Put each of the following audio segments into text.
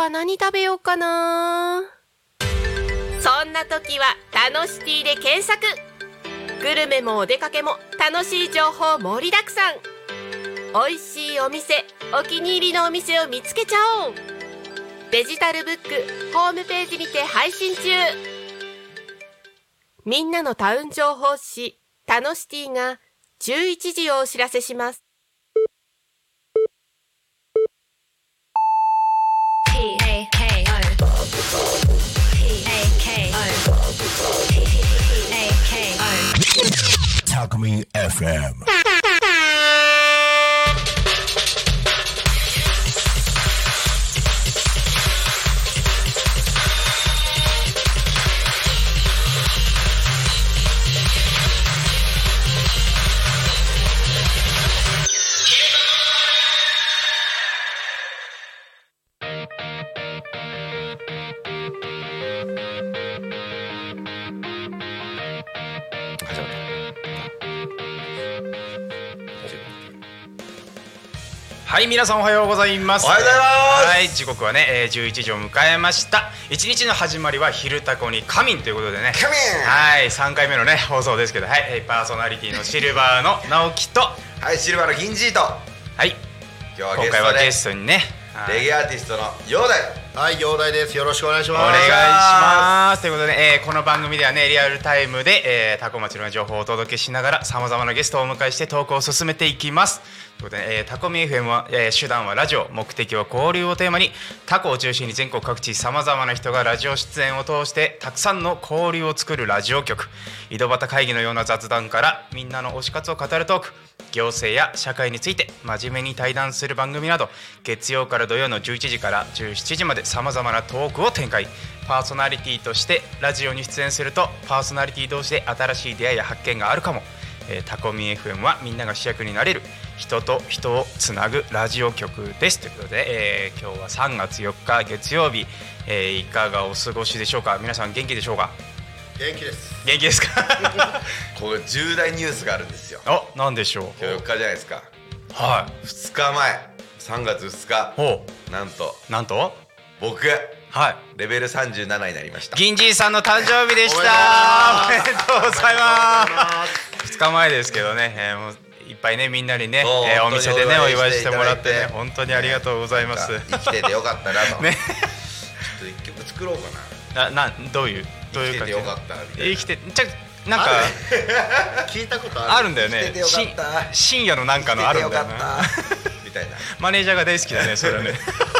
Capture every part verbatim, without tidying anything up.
は何食べようかな。そんな時は楽しティで検索。グルメもお出かけも楽しい情報盛りだくさん。おいしいお店、お気に入りのお店を見つけちゃおう。デジタルブックホームページにて配信中。みんなのタウン情報誌タノシティがじゅういちじをお知らせします。 タコミン エフエム。 はい、皆さんおはようございます。 おはようございます。 はい、時刻はね、えー、じゅういちじを迎えました。一日の始まりは昼タコに仮眠ということでね、 仮眠。 はい、さんかいめのね放送ですけど、はい、パーソナリティのシルバーの直樹と、 はい、シルバーの銀ジーと、 はい、 今日は今回はゲストにね、 レゲエアーティストの陽大。 はい、陽大です。よろしくお願いします。 お願いしますということで、えー、この番組ではねリアルタイムで、えー、タコ町の情報をお届けしながらさまざまなゲストをお迎えしてトークを進めていきます。ということで、えー、タコミ エフエム は、えー、手段はラジオ、目的は交流をテーマにタコを中心に全国各地さまざまな人がラジオ出演を通してたくさんの交流を作るラジオ局。井戸端会議のような雑談からみんなの推し活を語るトーク、行政や社会について真面目に対談する番組など、月曜から土曜のじゅういちじからじゅうしちじまでさまざまなトークを展開。パーソナリティとしてラジオに出演するとパーソナリティ同士で新しい出会いや発見があるかも。えー、タコミ エフエム はみんなが主役になれる人と人をつなぐラジオ局ですということで、えー、今日はさんがつよっか月曜日、えー、いかがお過ごしでしょうか。皆さん元気でしょうか。 元気です。 元気ですかこれ重大ニュースがあるんですよ。 お、なんでしょう。 今日よっかじゃないですか。 はふつかまえさんがつふつか、 ほうなんとなんと僕、 はい、 レベルさんじゅうななになりました。 銀じいさんの誕生日でした。おめでとうございます。ふつかまえですけどね、えー、もういっぱいねみんなにね、えー、お店でねお祝いしてもらってね、本当にありがとうございます。 生きててよかったなとね。ちょっと一曲作ろうかな。な、な、どういうどういう生きててよかったみたいな。 生きてちゃなんか聞いたことある。 あるんだよね。 生きててよかった。 深夜のなんかのあるんだよなみたいな。 マネージャーが大好きだねそれね。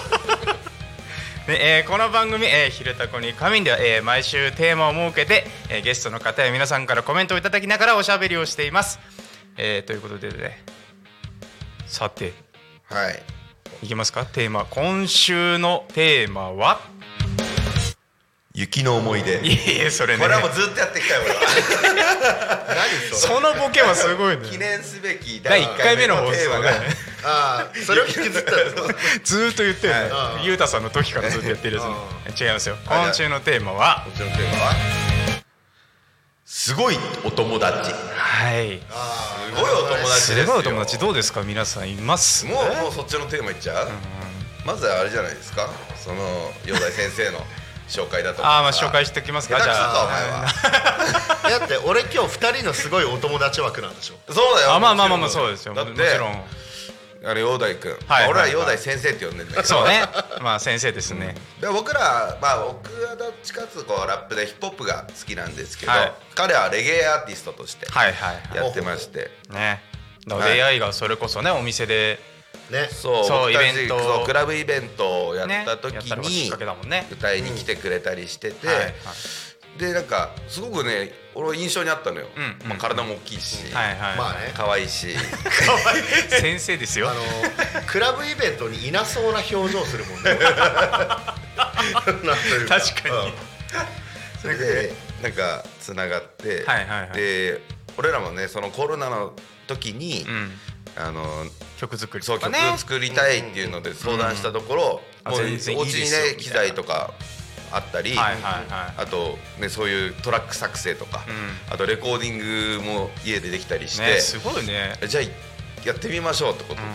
で、えー、この番組、えー、昼タコに仮眠では、えー、毎週テーマを設けて、えー、ゲストの方や皆さんからコメントをいただきながらおしゃべりをしています。えー、ということでね、さて、 はい、 いきますか。テーマ、今週のテーマは雪の思い出。 いやそれね、 これはもうずっとやってきたよ俺は。 何それ。 そのボケはすごいね。 記念すべきだいいっかいめの放送テーマが、 ああ、それを引きずったんですか。 ずーっと言ってるね、 はい、 ゆうたさんの時からずっとやってるやつ、ね、違いますよ。今週のテーマは今週のテーマはすごいお友達。 はい、 すごいお友達ですよ。 すごいお友達どうですか皆さんいます？ もうもうそっちのテーマいっちゃう、うん、まずはあれじゃないですか、その陽大先生の紹介だとああ、まあ紹介しておきますか。じゃあお前はだって俺今日ふたりのすごいお友達枠なんでしょ。 そうだよ。 あ、まあまあまあまあそうですよ。 だってもちろんあれ陽大君、 はい、 俺は陽大先生って呼んでんだけど、 そうね、まあ先生ですね、 うん、で僕ら、まあ僕はどっちかというとこうラップでヒップホップが好きなんですけど、はい、彼はレゲエアーティストとしてやってまして、 ね、だから エーアイ がそれこそねお店でね、そう、 そう僕たちイベントそうクラブイベントをやった時に、 ね、 歌いに来てくれたりしてて、 うん、はいはい、 でなんかすごくね俺印象にあったのよ、うん、まあ、体も大きいし、うん、はいはい、まあね、可愛いし可愛い先生ですよ。 あのクラブイベントにいなそうな表情するもんね。 確かに、 うん、それでなんかつながって、はいはいはい、で俺らもねそのコロナの時に、うん、あの曲作りとかね、そう曲作りたいっていうので相談したところ、うん、もうお家にね機材とかあったり、はいはいはい、あとねそういうトラック作成とか、うん、あとレコーディングも家でできたりして、 ね、すごいね。 じゃあやってみましょうってことで、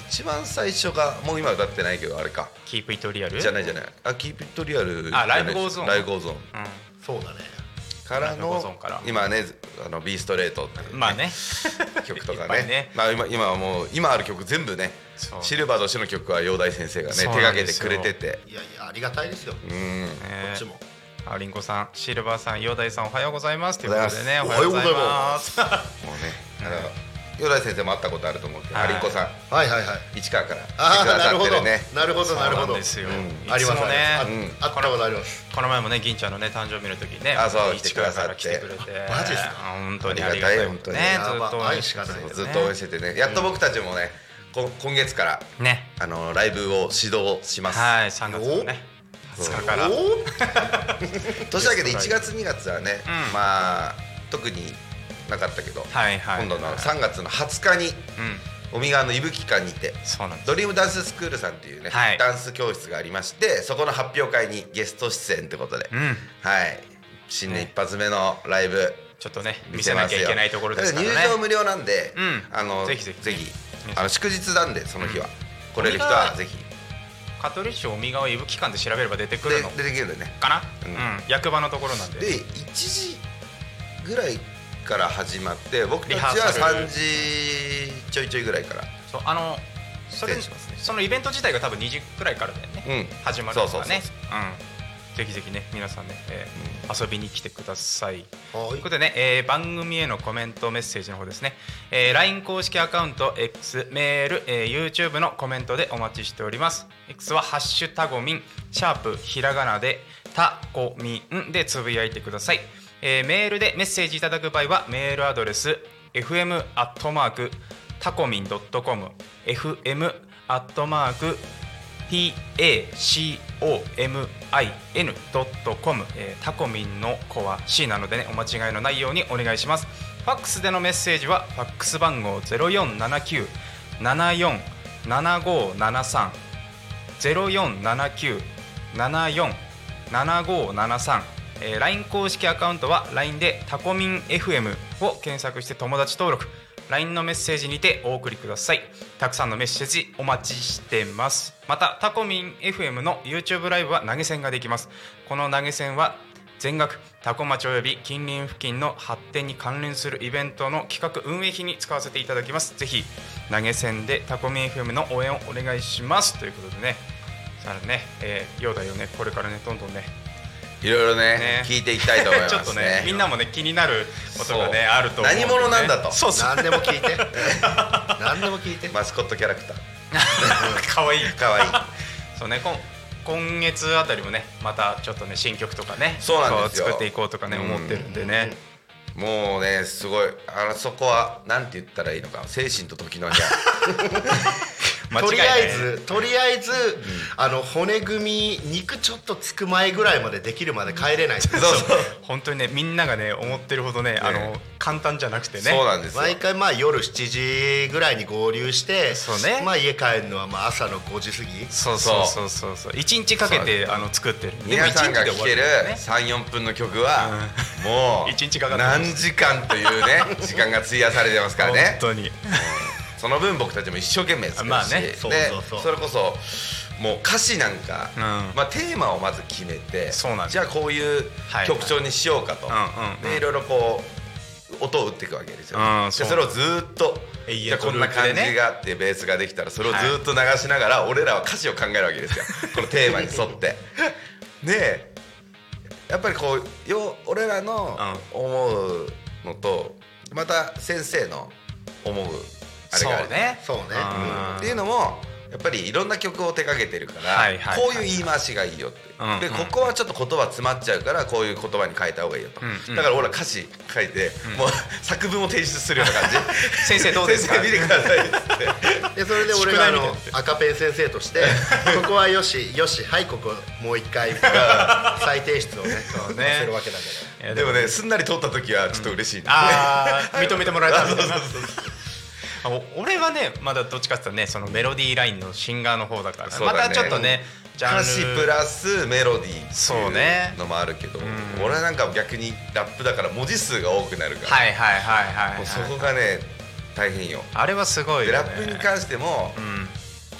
一番最初がもう今歌ってないけどあれかキープイットリアルじゃないじゃないあキープイットリアルあライブゴーゾーンライブゴーゾーン、うん、 そうだねからの今ねあの B ストレートっていう、ね、まあね曲とかねね、まあ、今, 今はもう今ある曲全部ねシルバーとしての曲は陽大先生がね手掛けてくれてていやいやありがたいですようん、 ね、 こっちもありんこさんシルバーさん陽大さんおはようございますということでねおはようございますもうね陽大先生も会ったことあると思うけどありんこさんはいはいはい市川から来てくださってるねなるほどなるほどですよありますね会ったことありますこの前もね銀ちゃんのね誕生日の時にね市川から来てくれてマジっすか本当にありがたい本当にねずっと応援しかないずっと応援しててねやっと僕たちもね今月からねあのライブを指導しますはいさんがつのねはつかから年明けでいちがつにがつはねまあ特になかったけど、はいはい、今度のさんがつのはつかに、うん、尾身川の伊吹館にてドリームダンススクールさんっていうね、はい、ダンス教室がありましてそこの発表会にゲスト出演ということで、うん、はい新年一発目のライブ、ね、 ちょっとね見せなきゃいけないところですからね入場無料なんで、うん、あのぜひぜひぜひあの祝日なんでその日は、うん、来れる人はぜひ香取市尾身川伊吹館で調べれば出てくるの出てくるんでねかな、うんうん、役場のところなんででいちじぐらいから始まって僕たちはさんじちょいちょいぐらいからそうあのそれ、ね、そのイベント自体が多分にじくらいからだよね、うん、始まるのがねぜひぜひね皆さんね、えーうん、遊びに来てくださいということでね、えー、番組へのコメントメッセージの方ですね、えー、ライン 公式アカウント X メール、えー、YouTube のコメントでお待ちしております。 X はハッシュタゴミンシャープひらがなでタコミンでつぶやいてください。えー、メールでメッセージいただく場合はメールアドレス エフエム アットマーク タコミン ドットコム エフエム アットマーク ティーエーシーオーエムアイエヌ ドットコム、えー、タコミンの子は C なのでねお間違いのないようにお願いします。ファックスでのメッセージはファックス番号 ゼロよんななきゅう ななよん ななごななさん ゼロよんななきゅう ななよん ななごななさん、えー、ライン 公式アカウントは ライン でタコミン エフエム を検索して友達登録、 ライン のメッセージにてお送りください。たくさんのメッセージお待ちしてます。またタコミン エフエム の YouTube ライブは投げ銭ができます。この投げ銭は全額タコ町および近隣付近の発展に関連するイベントの企画運営費に使わせていただきます。ぜひ投げ銭でタコミン エフエム の応援をお願いしますということでね、さらにね、えー、陽大をねこれからねどんどんねいろいろ ね, ね聞いていきたいと思いますね。 ちょっとねみんなもね気になることがねあると思うんで、ね、 何者なんだとそうそう何でも聞いて何でも聞いてマスコットキャラクターかわいいかわいいそうねこ今月あたりもねまたちょっとね新曲とかねそうなんですよ作っていこうとかね思ってるんでね、 もうねすごいあのそこはなんて言ったらいいのか精神と時の部屋とりあえずとりあえず、うん、あの骨組み肉ちょっとつく前ぐらいまでできるまで帰れないんですよ。 そうそう本当にねみんながね思ってるほどね、ねあの簡単じゃなくてねそうなんですよ。 毎回まあ夜しちじぐらいに合流してそう、ね、 まあ家帰るのはまあ朝のごじ過ぎそうそうそうそうそういちにちかけてあの作ってる皆さんが聴ける さんよんぷんの曲は、うん、もういちにちかかって何時間というね時間が費やされてますからね本当にその分僕たちも一生懸命作るし、 まあね、 そうそうそうそれこそもう歌詞なんか、うんまあ、テーマをまず決めてじゃあこういう曲調にしようかと、はいはい、でいろいろこう音を打っていくわけですよ、うん、そでそれをずっとじゃあこんな感じがあってベースができたらそれをずっと流しながら俺らは歌詞を考えるわけですよこのテーマに沿ってでやっぱりこうよ俺らの思うのとまた先生の思うあれがあるねそうね、 うん、っていうのもやっぱりいろんこう手掛けてるから、はいはいはい、こういう言い回しがいいよって、うんうん、でここはちょっと言葉詰まっちゃうからこういう言葉に変えた方がいいよと、うんうん、だから俺ら歌詞書いて、うん、もう作文を提出するような感じ先生どうですか先生見てくださいってでそれで俺があの赤ペン先生としてここはよしよしはいここもう一回再提出をねそうねするわけだけどでもねすんなり通った時はちょっと嬉しい、ねうん、 ああ認めてもらえたみたいな俺はねまだどっちかって言ったらねそのメロディーラインのシンガーの方だから、ね、またちょっとねジャンル歌詞プラスメロディーっていうのもあるけど、ねうん、俺なんか逆にラップだから文字数が多くなるからはいはいはいはい、はい、 もうそこがね大変よあれはすごいよ、ね、 でラップに関しても、うん、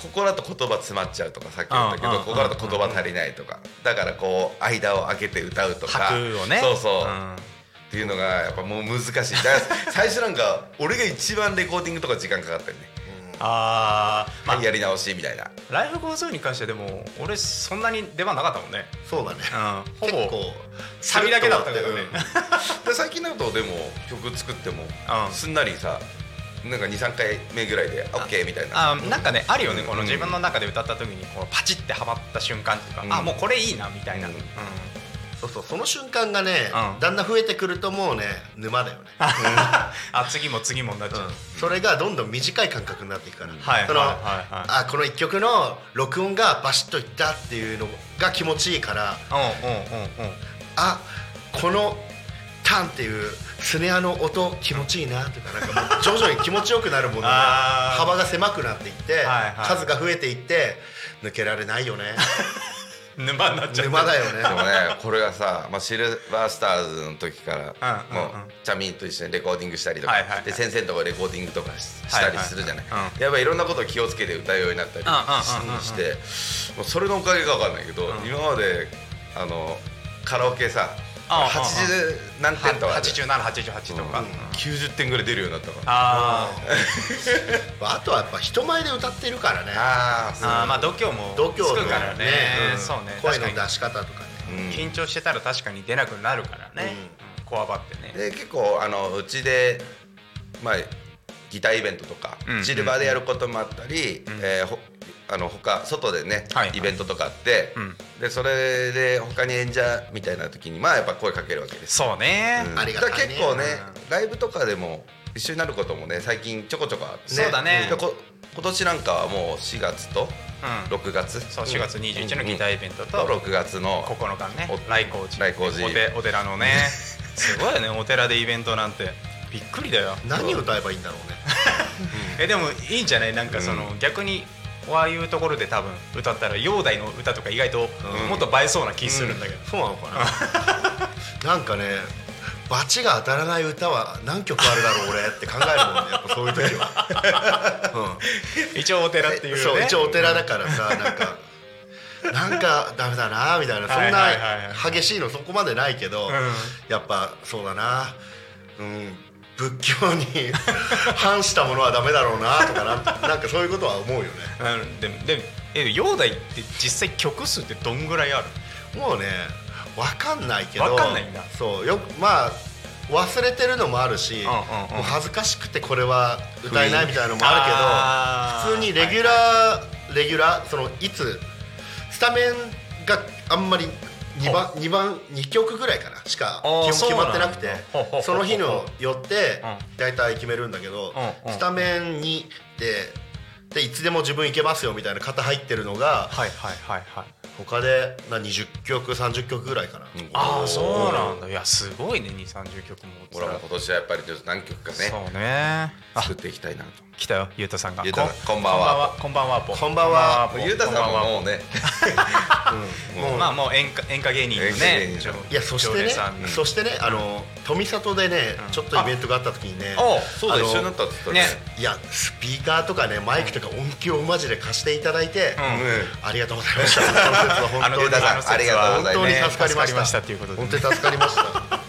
ここだと言葉詰まっちゃうとかさっき言ったけど、ここだと言葉足りないとか、だからこう間を空けて歌うとか、 拍をね、 そうそう、うん、っていうのがやっぱもう難しい。だから最初なんか俺が一番レコーディングとか時間かかったよね。 あー、まあ、やり直しみたいな。 ライフゴーズーに関してでも俺そんなに出番なかったもんね。 そうだね、 うん、ほぼサビだけだったけどね、 うん、で最近だとでも曲作ってもすんなりさ、なんか にさんかいめぐらいで OK みたいな、 あなんかねあるよね、この自分の中で歌った時にこうパチってはまった瞬間っていうか、うん、あもうこれいいなみたいな、うんうん、 そうそう、その瞬間がね、うん、だんだん増えてくるともうね沼だよねあ次も次もになっちゃう、うん、 それがどんどん短い感覚になっていくから、 はい、 その、 はいはいはい、 あこのいっきょくの録音がバシッといったっていうのが気持ちいいから、 うんうんうんうん、 あこのタンっていうスネアの音気持ちいいなとか、なんかもう徐々に気持ちよくなるものが幅が狭くなっていってはい、はい、数が増えていって抜けられないよね沼になっちゃう。 沼だよね。 でもねこれがさ、まあ、シルバースターズの時からもうチャミンと一緒にレコーディングしたりとか、はいはいはい、で先生のところレコーディングとかしたりするじゃない、はいはいはい、やっぱりいろんなことを気をつけて歌うようになったりしてもうそれのおかげか分かんないけど、うん、今まであのカラオケさはちじゅう何点とかはちじゅうなな、はちじゅうはちとか、うん、 きゅうじゅってんぐらい出るようになったからああとはやっぱ人前で歌ってるからね。 ああまあ度胸もつくからね、 うん、そうね、声の出し方とかね、 うん、緊張してたら確かに出なくなるからね、うん、こわばってね。 で結構あのうちでまあギターイベントとか、うん、シルバーでやることもあったり、うんえーあの他外でね、はいはい、イベントとかあって、うん、でそれで他に演者みたいな時にまあやっぱ声かけるわけです。 そうね、 うん、ありがたいね。結構ね、うん、ライブとかでも一緒になることもね最近ちょこちょこあって、 ね、そうだね。 でこ今年なんかはもうしがつとろくがつ、うん、 そうしがつにじゅういちにちのギターイベントと、 うん、ろくがつのここのかね来光寺来光寺お寺のねすごいよね、お寺でイベントなんてびっくりだよ。 何歌えばいいんだろうねえでもいいんじゃない、なんかその、うん、逆にああいうところで多分歌ったら陽大の歌とか意外ともっと映えそうな気するんだけど、 うん、そうなのかななんかねバチが当たらない歌は何曲あるだろう俺って考えるもんね、やっぱそういう時は、 うん、一応お寺っていうね、 そう一応お寺だからさ、なんかなんかダメだなみたいな、そんな激しいのそこまでないけど、うん、やっぱそうだな、うん仏教に反したものはダメだろうなとか な, なんかそういうことは思うよね。 うん、でもでもえ陽大って実際曲数ってどんぐらいある？ もうね分かんないけど、 分かんないんだ。 そうよまあ忘れてるのもあるし、うんうんうん、もう恥ずかしくてこれは歌えないみたいなのもあるけど、普通にレギュラー、はい、レギュラーそのいつスタメンがあんまりにばんにばんにきょくぐらいかなしか基本決まってなくて、その日のよって大体決めるんだけど、スタメンにででいつでも自分いけますよみたいな型入ってるのが、 はいはいはいはい、 他でにじゅっきょくさんじゅっきょくぐらいかな、うん、 ああそうなんだ。いやすごいね、にじゅう、さんじゅっきょくも。 俺も今年はやっぱり何曲かね、 そうね作っていきたいなと。 来たよゆうたさんが。 ゆうたさんこんばんは。 こんばんは。 こんばんは。 ゆうたさんももうねもうまあもう演歌演歌芸人のね。 いやそしてねそしてねあの富里でねちょっとイベントがあった時にね、 そうだ一緒になったって言ったね。 いやスピーカーとかねマイクとか音響をマジで貸していただいてありがとうございました。 本当にありがとうございます。 本当に助かりました。本当に助かりました。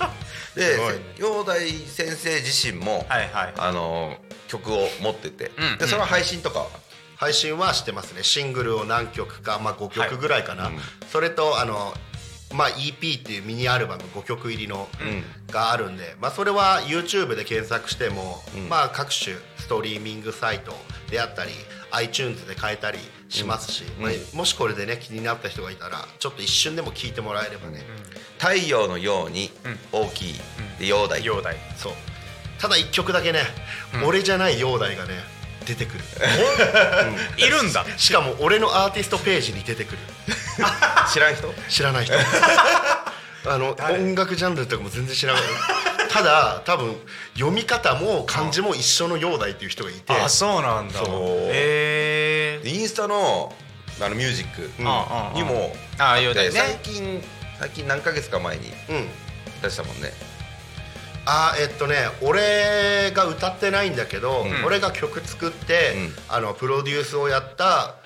で陽大先生自身もあの曲を持ってて、でその配信とかは配信はしてますね。シングルを何曲か、まあ、ごきょくぐらいかな、はいうん、それとあの、まあ、イーピー っていうミニアルバムごきょく入りの、うん、があるんで、まあ、それは YouTube で検索しても、うんまあ、各種ストリーミングサイトであったり iTunes で買えたりしますし、うんまあ、もしこれでね気になった人がいたらちょっと一瞬でも聞いてもらえればね、うん、 太陽のように大きい、うん、で陽大陽大そうただいっきょくだけね、うん、俺じゃない陽大がね出てくる、 うん、いるんだ。 しかも俺のアーティストページに出てくる知らん人知らない人あの音楽ジャンルとかも全然知らないただ多分読み方も漢字も一緒の陽大っていう人がいて、 あそうなんだ。 へえー、インスタのあのミュージックにもあって、最近最近何ヶ月か前に出したもんね。 あえっとね俺が歌ってないんだけど、うん、俺が曲作って、うん、あのプロデュースをやった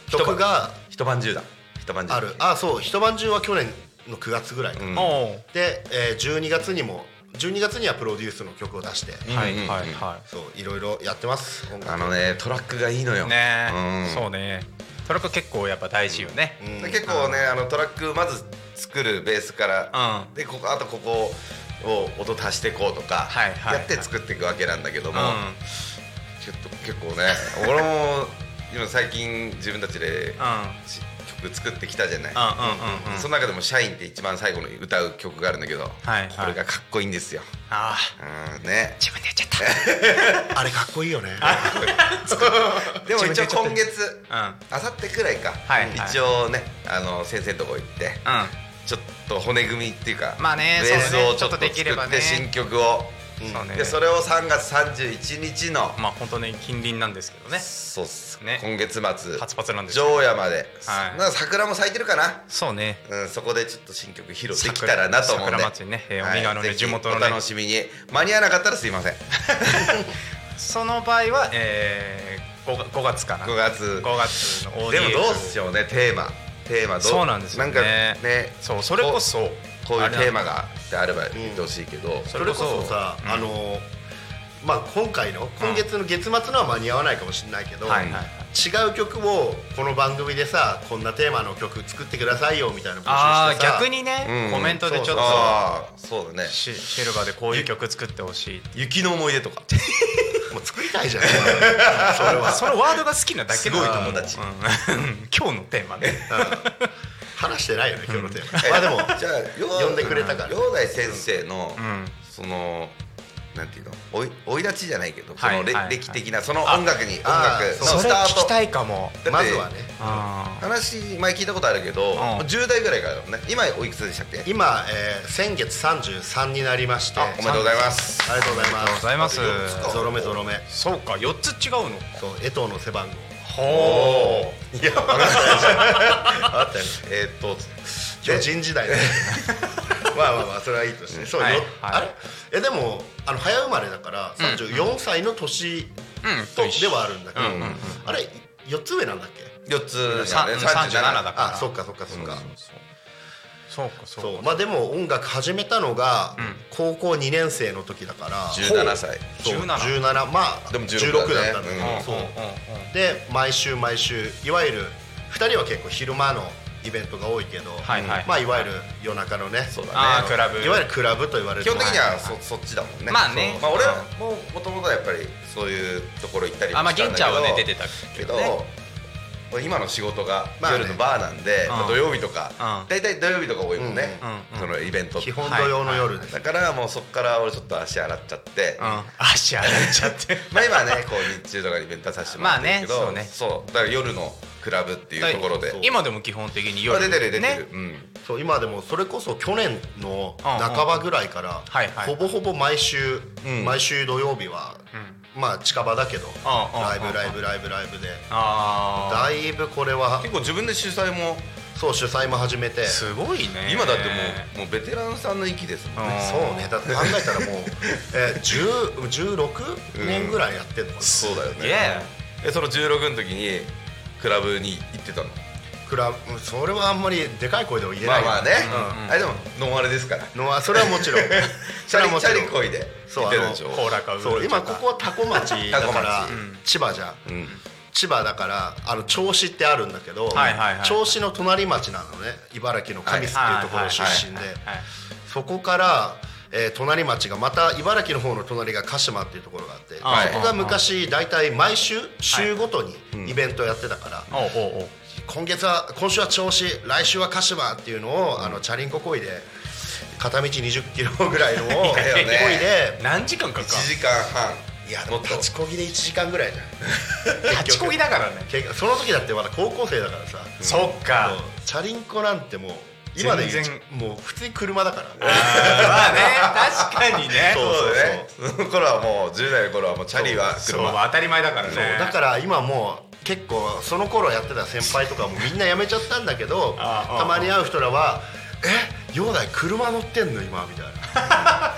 曲が一晩中だ一晩中ある。あ、そう、一晩中は去年のくがつぐらいかな、うん、で、えー、じゅうにがつにもじゅうにがつにはプロデュースの曲を出して、 はいはいはい、 そういろいろやってます。 あのねトラックがいいのよね、うん、そうね、トラック結構やっぱ大事よね、 うん、結構ねあのトラックまず作るベースから、うん、でここあとここを音足していこうとかやって作っていくわけなんだけども、うん、ちょっと結構ね俺も今最近自分たちで、うん曲作ってきたじゃない。その中でも「シャイン」って一番最後に歌う曲があるんだけど、はいはい、これがかっこいいんですよ。 ああ、うん、ね、 自分でやっちゃったあれかっこいいよねでも一応今月あさってくらいか、はいはい、一応ねあの先生のとこ行って、うん、ちょっと骨組みっていうか、 まあね、 ベースをちょっと作って新曲をそうね、でそれをさんがつさんじゅういちにちのまあ本当に近隣なんですけどね。 そうっすね、今月末パツパツなんです城山で、はい、なんか桜も咲いてるかな。 そうね、 うん、そこでちょっと新曲披露できたらなと思うんで、 桜祭りね、えー、おみがのね、地元のね、 お楽しみに。間に合わなかったらすいませんその場合は、えー、ごがつかな。 ごがつごがつの オーディーエフでもどうしようね、テーマテーマどう。 そうなんですよね。 なんかね、 そう、それこそこういうテーマがあれば言ってほしいけど、うん、 それこそさ、うん、あのまあ今回の今月の月末のは間に合わないかもしれないけど、うん、はいはいはい、違う曲をこの番組でさ、こんなテーマの曲作ってくださいよみたいな募集してさ、 あ逆にね、うん、コメントでちょっとあそうだね、 シルバーでこういう曲作ってほしい、 雪の思い出とかもう作りたいじゃんそれはそのワードが好きなだけのすごい友達、 うん、今日のテーマね話してないよね今日のテーマ、うん、まあでもじゃあ呼んでくれたから、 陽大先生の、うん、そのなんていうの、おい生い立ちじゃないけど、その歴的なその音楽に音楽のスタート、 それ聞きたいかも。 まずはね、 話前聞いたことあるけど、じゅう代ぐらいからね。今おいくつでしたっけ？ 今先月さんじゅうさんになりまして、 おめでとうございます。 ありがとうございます。 ありがとうございます。 ゾロ目ゾロ目。 そうか、よっつ違うの。 そう、江藤の背番号。 ほう。いや、分かんないじゃん。あったよ。 えっと巨人時代ね。まあまあまあそれはいいとして、そう、あれえでもあの早生まれだからさんじゅうよんさいの年とではあるんだけど、あれよっつ上なんだっけ？ よっつさんじゅうななだから。 あ、そっかそっかそっか。 そうかそうか。 まあでも音楽始めたのが高校にねんせいの時だからじゅうななさい。 じゅうなな、まあでもじゅうろくだったんだけど、そうで毎週毎週いわゆるふたりは結構昼間のイベントが多いけど、はいはい、まあいわゆる夜中のね、 そうだね、 あクラブ、 いわゆるクラブと言われる、 基本的には そ, そっちだもんね。 まあね、 まあ、俺ももともとやっぱりそういうところ行ったりもしたんだけど、 あ、まあ現茶はね出てたけど、ね、 今の仕事が夜のバーなんで、まあね、土曜日とか、うん、大体土曜日とか多いもんね、うん、そのイベント基本土曜の夜です、 はい、だからもうそっから俺ちょっと足洗っちゃって、 うん、足洗っちゃってまあ今ねこう日中とかにイベントさせてもらってるけど、 まあね、そうね、 そうだから夜のクラブっていうところで今でも基本的に夜出てる出てる、ね、うん、 そう今でもそれこそ去年の半ばぐらいからほぼほぼ毎週、うん、毎週土曜日は、うん、まあ近場だけどライブライブライブライブでだいぶこれは結構自分で主催もそう主催も始めてすごいね。 今だってもう、もうベテランさんの域ですもんね。 そうね、だって考えたらもうえじゅう、じゅうろくねんぐらいやってるのかな、うん、 そうだよね。えそのじゅうろくの時にクラブに行ってたの？ クラブ、それはあんまりでかい声では言えない。 まあまあね、うんうん、あれでもノンアルですからノンそれはもちろんチャリチャリ声でそう、あのコーラかそう今ここはタコ町だからうん、千葉じゃん、うん、千葉だからあの銚子ってあるんだけど、銚子の隣町なのね、茨城の神栖っていうところ出身で、そこからえー、隣町がまた茨城の方の隣が鹿島っていうところがあって、はい、そこが昔大体毎週週ごとにイベントやってたから、はい、うん、今月は今週は銚子、来週は鹿島っていうのを、うん、あのチャリンコこいで片道にじゅっキロぐらいのをこいで何時間かかる？ いちじかんはん。 いやでも立ちこぎでいちじかんぐらいじゃん立ちこぎだからねその時だってまだ高校生だからさ、 うん、そっか、 チャリンコなんてもう今でもう普通に車だからまあね、確かにねそうそうそう、その頃はもうじゅう代の頃はもうチャリは車、 そう当たり前だからね。 だから今もう結構その頃やってた先輩とかもみんな辞めちゃったんだけどたまに会う人らは「え、陽大車乗ってんの今」みたいな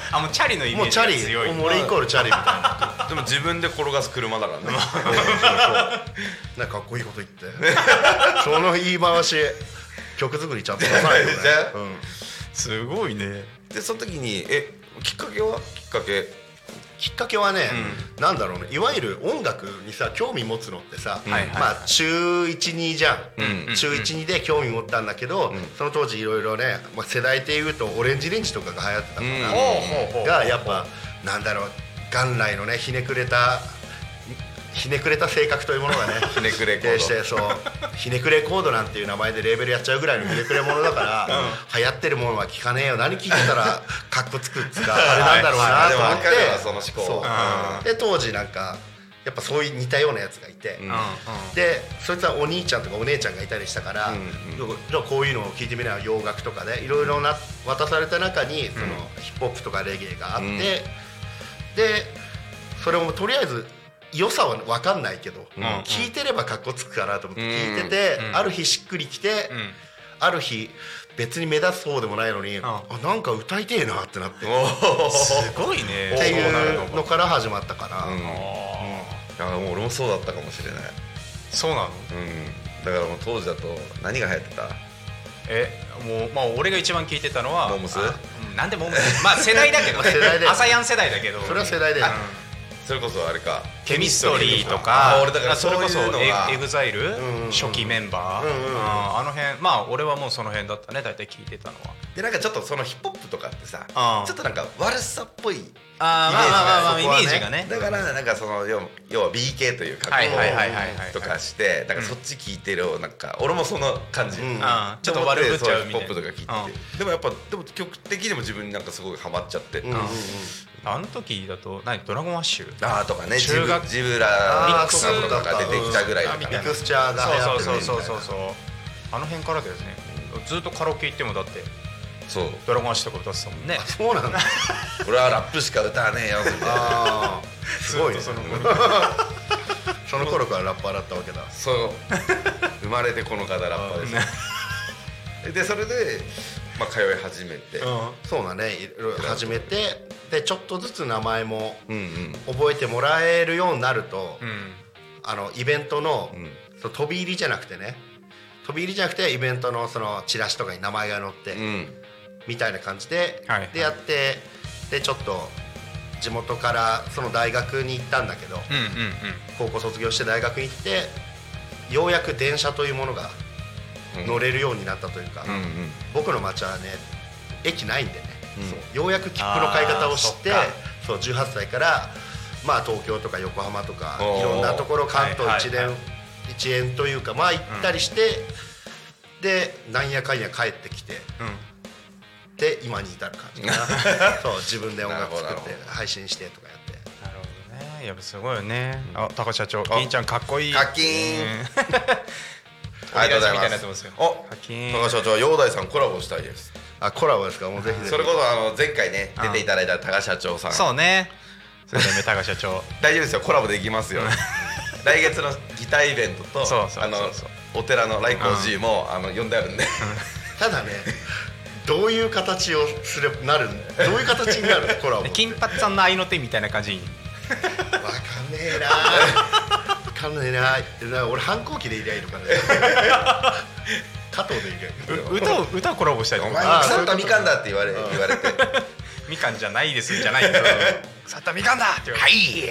あもうチャリのイメージが強い。 もうチャリ、俺イコールチャリみたいな。 でも自分で転がす車だからね。 なんかかっこいいこと言ってその言い回し曲作りちゃんと出さないよね、うん、 すごいね。 でその時にえきっかけはきっかけきっかけはね、うん、なんだろうね、いわゆる音楽にさ興味持つのってさ、うん、まあ中いち、にじゃん、うん、中いち、にで興味持ったんだけど、うん、その当時いろいろね、まあ、世代でいうとオレンジレンジとかが流行ってたのかな、がやっぱなんだろう、元来のねひねくれたひねくれた性格というものがねひねくれコードして、そうひねくれコードなんていう名前でレーベルやっちゃうぐらいのひねくれものだから、うん、流行ってるものは聞かねえよ、何聞いてたらかっこつくっつかあれなんだろうなと思って、 その思考、 そうで当時なんかやっぱそういう似たようなやつがいて、うん、でそいつはお兄ちゃんとかお姉ちゃんがいたりしたから、うんうん、じゃあこういうのを聞いてみなよ、洋楽とかでいろいろな渡された中にその、うん、ヒップホップとかレゲエがあって、うん、でそれもとりあえず良さは分かんないけど、うん、聞いてればかっこつくかなと思って聞いてて、うん、ある日しっくりきて、うん、ある日別に目立つ方でもないのに、うん、あなんか歌いてえなってなって、 すごいねっていうのから始まったかな、うん、いやもう俺もそうだったかもしれない。 そうなの、 うん、だからもう当時だと何が流行ってた？ えもうまあ俺が一番聞いてたのはモームス、 うん、なんでモームスまあ世代だけどね朝やん世代だけど、 それは世代で、うんそれこそあれかケミストリーとか、 俺だからそれこそエグザイル初期メンバー、あの辺、まあ俺はもうその辺だったね、大体聞いてたのは。 でなんかちょっとそのヒップホップとかってさ、ちょっとなんか悪さっぽいイメージがね、 だからなんかその要は ビーケー という格好とかして、だからそっち聞いてるなんか俺もその感じ、ちょっと悪ぶっちゃうみたいな。 ヒップホップとか聞いてて、でもやっぱでも曲的にも自分になんかすごいハマっちゃって。 あの時だと何ドラゴンアッシュあとかね、ジブラジブラミックスとか出てきたぐらいだからミクスチャーが流行ってるみたいな、 そうそうそうそう、あの辺からだよね。ずっとカラオケ行ってもだってそうドラゴンアッシュとか歌ってたもんね。 そうなんだ俺はラップしか歌わねえよみたいな、 すごいねそのその頃からラッパーだったわけだ。 そう生まれてこの方ラッパーですでそれでまあ通い始めて、 そうだね、いろいろ始めて、でちょっとずつ名前も覚えてもらえるようになると、あのイベントの飛び入りじゃなくてね、飛び入りじゃなくてイベントのそのチラシとかに名前が載ってみたいな感じででやって、でちょっと地元からその大学に行ったんだけど、高校卒業して大学に行ってようやく電車というものが乗れるようになったというか、うんうん、僕の町はね駅ないんでね、うん、そうようやく切符の買い方を知って、そうじゅうはっさいから、まあ、東京とか横浜とかいろんなところ関東一連、一円というかまあ行ったりして、うん、でなんやかんや帰ってきて、うん、で今に至る感じかなそう自分で音楽作って配信してとかやって。 なるほどね、やっぱすごいよね、うん、あ高社長銀ちゃんかっこいいかっきーんありがとうございます。お、高社長、陽大さんコラボしたいです。 あ、コラボですか。もうぜひぜひ。 それこそあの前回ね出ていただいた高社長さん。 そうね。それでね高社長。 大丈夫ですよ、コラボできますよ。来月のギターイベントとあのお寺の来光寺もあの呼んであるんで。 ただね、どういう形をすればなるどういう形になるコラボ。 金髪さんの合いの手みたいな感じに。 わかんねえな。かんないな、俺反抗期でいりゃいいのかな加藤でいりゃいい歌を歌をコラボしたいとお前腐ったみかんだって言われ言われてみかんじゃないですじゃないけど腐ったみかんだって言われて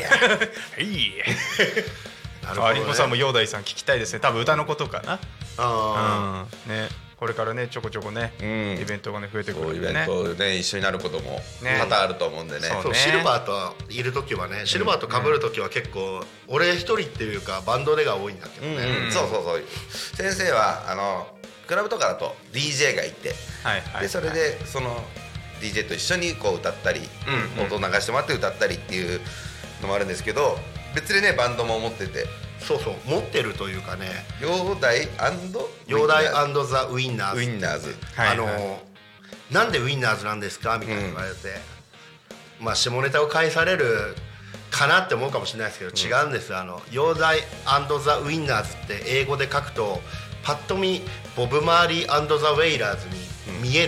はいはいりんごさんも陽大さん聞きたいですね。多分歌のことかな。ああね、これからねちょこちょこね、うん、イベントがね増えてくるんでね、 イベントね一緒になることも多々あると思うんでね。 そうシルバーといる時はね、シルバーと被る時は結構俺一人っていうかバンドでが多いんだけどね、 うんうん、そうそうそう。先生はあのクラブとかだと ディージェー がいて、はいはいはい、でそれでその ディージェー と一緒にこう歌ったり、うんうん、音流してもらって歌ったりっていうのもあるんですけど、別でねバンドも持ってて、 そうそう持ってるというかね、 陽大& 陽大&ザ・ウィンナーズ、 ウィンナーズ、 あの、はいはい、なんでウィンナーズなんですかみたいな言われて、うん、まあ下ネタを返されるかなって思うかもしれないですけど、うん、違うんです。あの陽大&ザ・ウィンナーズって英語で書くとパッと見ボブ・マーリー&ザ・ウェイラーズに見えるっていう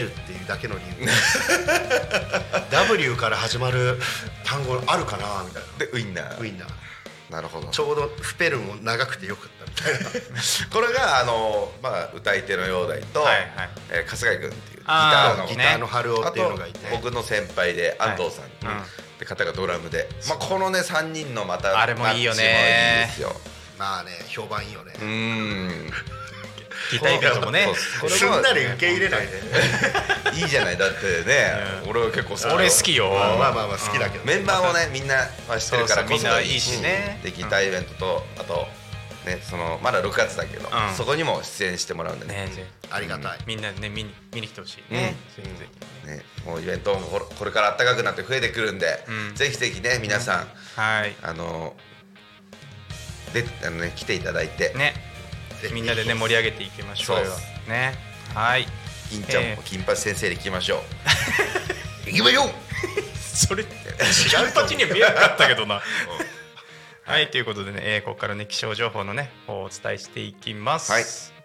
だけの理由ダブリュー から始まる単語あるかなみたいな。 でウインナーウインナーなるほど。 ちょうどスペルも長くてよかったみたいなこれがあの、まあ、歌い手の陽大と、はいはい、えー、春日井君っていうギターのギターの春雄っていうのがいて、 僕の先輩で安藤さんっていう方がドラムで、まあ、このねさんにんのまたあれもいいよね。 マッチもいいですよ。 まあね評判いいよね。 うーんギターイベントもねすんなり受け入れないでいいじゃない。だってね、俺は結構好き。 俺好きよ。 まあまあまあ好きだけど、 メンバーもねみんな知ってるからこそみんないいしね。 でギターイベントとあとねそのまだろくがつだけどそこにも出演してもらうんでねありがたい。 みんなね見に見に来てほしいね。 ねもうイベントもこれから暖かくなって増えてくるんでぜひぜひね皆さんあのであのね来ていただいてねみんなでね盛り上げていきましょうよね。はい。 金ちゃんも金八先生でいきましょう。いきましょう。 それ金八には見えなかったけどな。はい、ということでね、えー、ここからね気象情報のね方をお伝えしていきます。はい。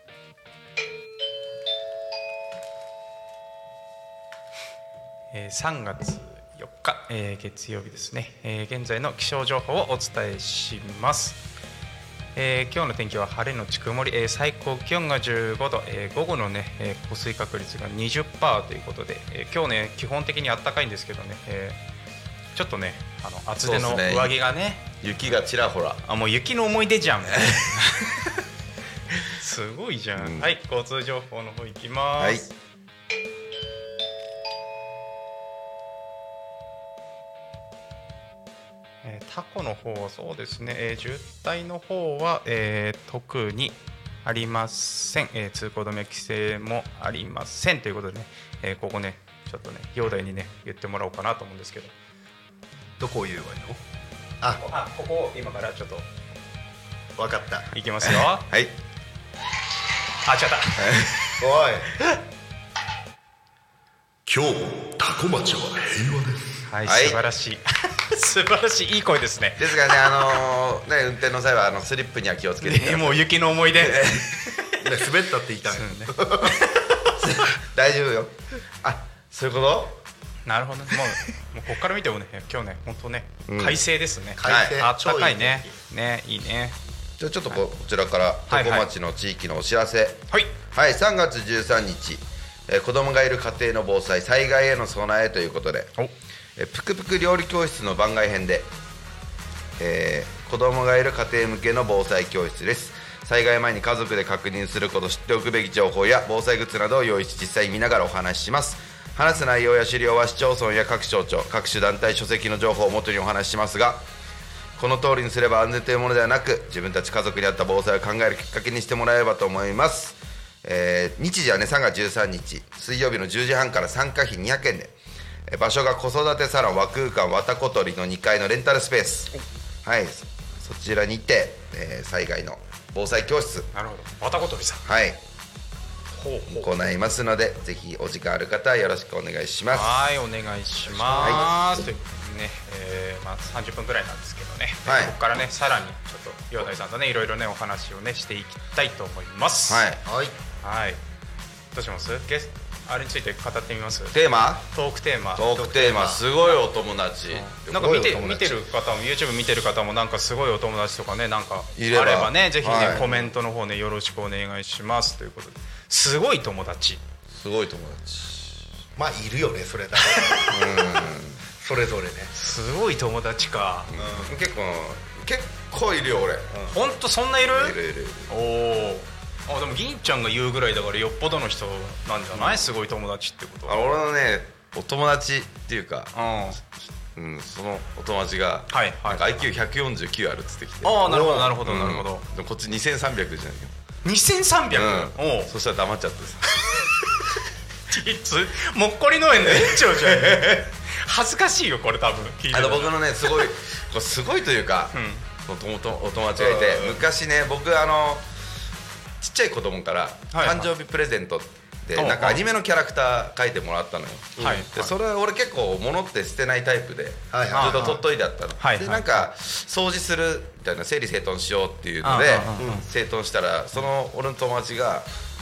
えー、さんがつよっか、えー、月曜日ですね、えー。現在の気象情報をお伝えします。えー、今日の天気は晴れのち曇り、えー、最高気温がじゅうごど、えー、午後の、ねえー、降水確率が にじゅっパーセント ということで、えー、今日ね基本的に暖かいんですけどね、えー、ちょっとねあの厚手の上着が ね, ね雪がちらほら。 あもう雪の思い出じゃんすごいじゃん、うん、はい。交通情報の方行きます。はい。えー、タコの方はそうですね、えー、渋滞の方は、えー、特にありません、えー、通行止め規制もありませんということでね、えー、ここねちょっとね陽大にね言ってもらおうかなと思うんですけど、 どこを言えばいいの？ ああここを今からちょっと分かった。 いきますよ。はい。あ違ったおい今日タコ町は平和です。 はい、はい、素晴らしい素晴らしいいい声ですね。 ですがねあのー、ね運転の際はあのスリップには気をつけてください。 もう雪の思い出ね滑ったって言いたい、ね、 大丈夫よ。あそういうこと。 なるほどね。もう、もうここから見てもね今日ね本当ね、うん、快晴ですね。 快晴、 あったかいね。ねいいね。 じゃあちょっと こ,、はい、こちらからタコ町の地域のお知らせ。はいはい。さんがつじゅうさんにち、えー、子供がいる家庭の防災災害への備えということで、えー、ぷくぷく料理教室の番外編で、えー、子供がいる家庭向けの防災教室です。災害前に家族で確認すること知っておくべき情報や防災グッズなどを用意し実際見ながらお話しします。話す内容や資料は市町村や各省庁各種団体書籍の情報をもとにお話ししますが、この通りにすれば安全というものではなく自分たち家族に合った防災を考えるきっかけにしてもらえればと思います。えー、日時はねさんがつじゅうさんにち水曜日のじゅうじはんから参加費にひゃくえんで、えー、場所が子育てサロン和空間わたこ鳥のにかいのレンタルスペース、はい、そちらにて、えー、災害の防災教室、 なるほどわたこ鳥さん、 はい行いますのでぜひお時間ある方はよろしくお願いします。 はいお願いします、はい、ということでね、えーまあ、さんじゅっぷんくらいなんですけどね、はい、ここからねさらにちょっと陽大さんとねいろいろねお話をねしていきたいと思います。はい、はいはい、どうします？ゲスあれについて語ってみます？ テーマ？ トークテーマ。 トークテーマすごいお友達。 なんか見て見てる方も YouTube 見てる方もなんかすごいお友達とかねなんかあればねぜひね、はい、コメントの方ねよろしくお願いしますということで。すごい友達。 すごい友達。 まあいるよねそれだけ。うんそれぞれね。 すごい友達か。 うん、結構結構いるよ俺。 本当そんないる？ いるいる。 おお。あでも銀ちゃんが言うぐらいだからよっぽどの人なんじゃない？うん、すごい友達ってことは。 あ俺のねお友達っていうか、うん、うん、そのお友達が、はいはい、なんか アイキューひゃくよんじゅうきゅう あるっつってきて。 ああなるほどなるほどなるほど。 でもこっちにせんさんびゃくじゃないよ。 にせんさんびゃく、うん、 おそしたら黙っちゃってさもっこり農園の園長じゃん恥ずかしいよこれ多分聞いてあの僕のねすごいこれすごいというか、うん、お友達がいて昔ね僕あのちっちゃい子供から誕生日プレゼントでなんかアニメのキャラクター描いてもらったのよ、はい、でそれは俺結構物って捨てないタイプで、はい、ずっと取っといてあったの、はい、でなんか掃除するみたいな整理整頓しようっていうので整頓したらその俺の友達が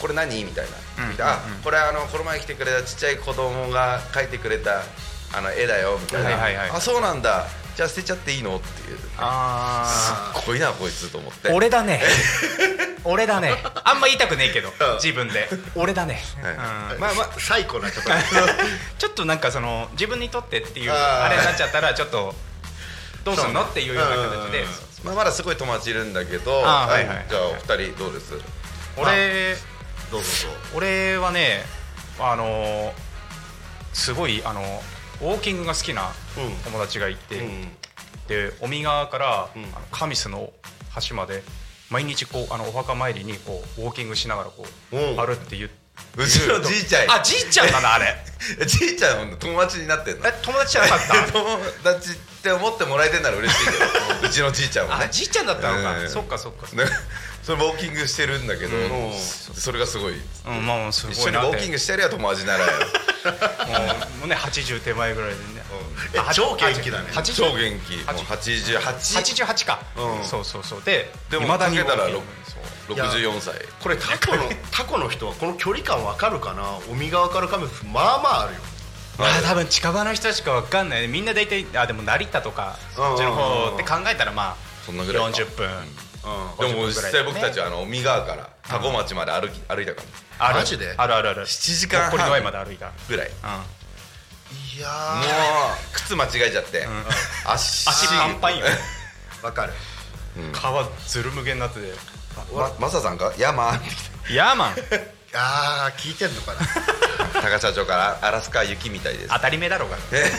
これ何みたいな、うん、あ、うん、これあのこの前来てくれたちっちゃい子供が描いてくれたあの絵だよみたいな、はいはいはい、あ、そうなんだ、じゃあ捨てちゃっていいのっていう、あ、すっごいなこいつと思って。 俺だね俺だね、あんま言いたくねえけど自分で俺だね、 はい、うん、まあまあ最高な方ちょっとなんかその自分にとってっていうあれになっちゃったらちょっとどうするのっていうような形で、 まあ、まだすごい友達いるんだけど、あ、はいはい、じゃあお二人どうです？ 俺、 どうぞどうぞ。 俺はね、あのすごいあのウォーキングが好きな友達がいて、うん、で尾身川から、うん、あの神栖の橋まで毎日こうあのお墓参りにこうウォーキングしながらこう歩って言って、 うちのじいちゃん、 あ、じいちゃんだなあれじいちゃん友達になってんの？ え、友達じゃなかった友達って思ってもらえてんなら嬉しいけどうちのじいちゃんもね、 あ、じいちゃんだったのか、えー、そっかそっかそっかそれウォーキングしてるんだけど、うん、それがすごい、 うん、まあすごいなって、 一緒にウォーキングしてるや友達ならよもうねはちじゅう手前ぐらいでね、 うん、超元気だね、 超元気、はちじゅうはち、 はちじゅうはちか、うん、そうそうそう、ででもかけたらろくじゅうよんさい。 これタコのタコの人はこの距離感わかるかな。尾身側から神栖まあまああるよ。 まあ多分近場の人しかわかんない。みんな大体、あ、でも成田とかそっちの方って考えたらまあそんなぐらいよんじゅっぷん、 うん、でも実際僕たちはあの尾身川から多古町まで歩き歩いたかも。 ある、 マジで？ あるあるある。 しちじかんはんこれ前まで歩いたぐらい、うん、 いやもう靴間違えちゃって、うん、足足パンパンよわかる、 うん、皮ずるむげになってて、 ま、マサさんかヤーマンヤーマンあー聞いてんのかな高社長からアラスカ雪みたいです。 当たり前だろうが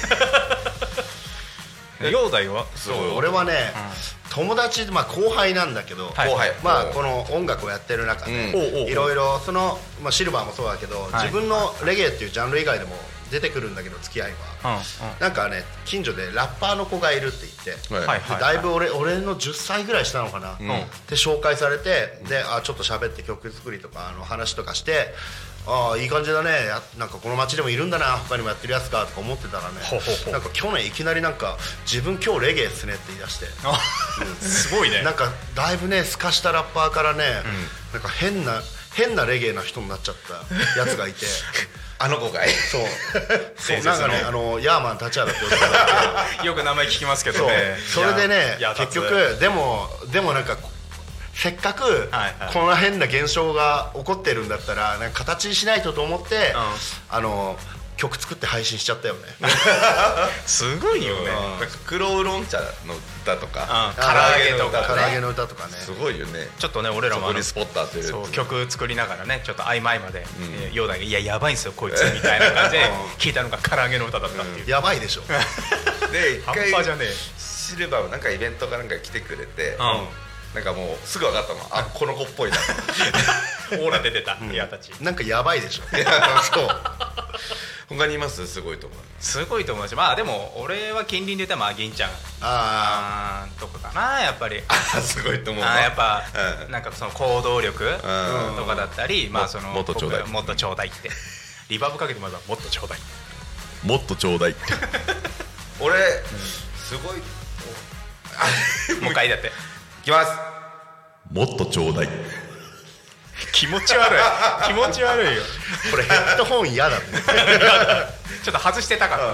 陽大はそう俺はね、うん、友達、まあ、後輩なんだけど、 はい、後輩、 まあ、この音楽をやってる中で、うん、いろいろその、まあ、シルバーもそうだけど、はい、自分のレゲエっていうジャンル以外でも出てくるんだけど付き合いは、うんうん、なんかね近所でラッパーの子がいるって言って、はい、でだいぶ 俺, 俺のじゅっさいぐらい下なのかな、うん、で紹介されて、であちょっと喋って曲作りとかあの話とかして、ああいい感じだね、なんかこの街でもいるんだな、他にもやってるやつかとか思ってたらね、ほほほなんか去年いきなりなんか自分今日レゲエっすねって言い出して、 うん、すごいね、 なんかだいぶねすかしたラッパーからね、うん、なんか変な変なレゲエな人になっちゃったやつがいてあの子かいそうそうなんかねあのヤーマン立原って呼んでたよく名前聞きますけどね。 それでね結局でもでもなんかせっかくこの変な現象が起こってるんだったらなんか形にしないとと思って、うん、あの曲作って配信しちゃったよねすごいよね、 うん、黒ウーロン茶の歌とか、 うん、唐揚げとか、 ね、唐揚げの歌とかねすごいよね。 ちょっとね俺らもあのスポッターってそう曲作りながらねちょっと曖昧まで陽大がいややばいんすよこいつみたいな感じで聞いたのが唐揚げの歌だったっていう、 うん、やばいでしょで一回半端じゃねえシルバーもなんかイベントかなんか来てくれて、うん、なんかもうすぐ分かったの、あこの子っぽいなオーラ出てた宮たち、 うん、なんかやばいでしょいやそう他にいますすごいと思うすごいと思うし、まあでも俺は近隣で言ったらまあ銀ちゃんあとかかなやっぱりあすごいと思うあやっぱ、うん、なんかその行動力とかだったり、うん、まあそのもっとちょうだいもっとちょうだいってリバーブかけてもらえばもっとちょうだいもっとちょうだい俺、うん、すごいもう一回だっていきます。もっとちょうだい気持ち悪い気持ち悪いよこれヘッドホン嫌だねちょっと外してたから、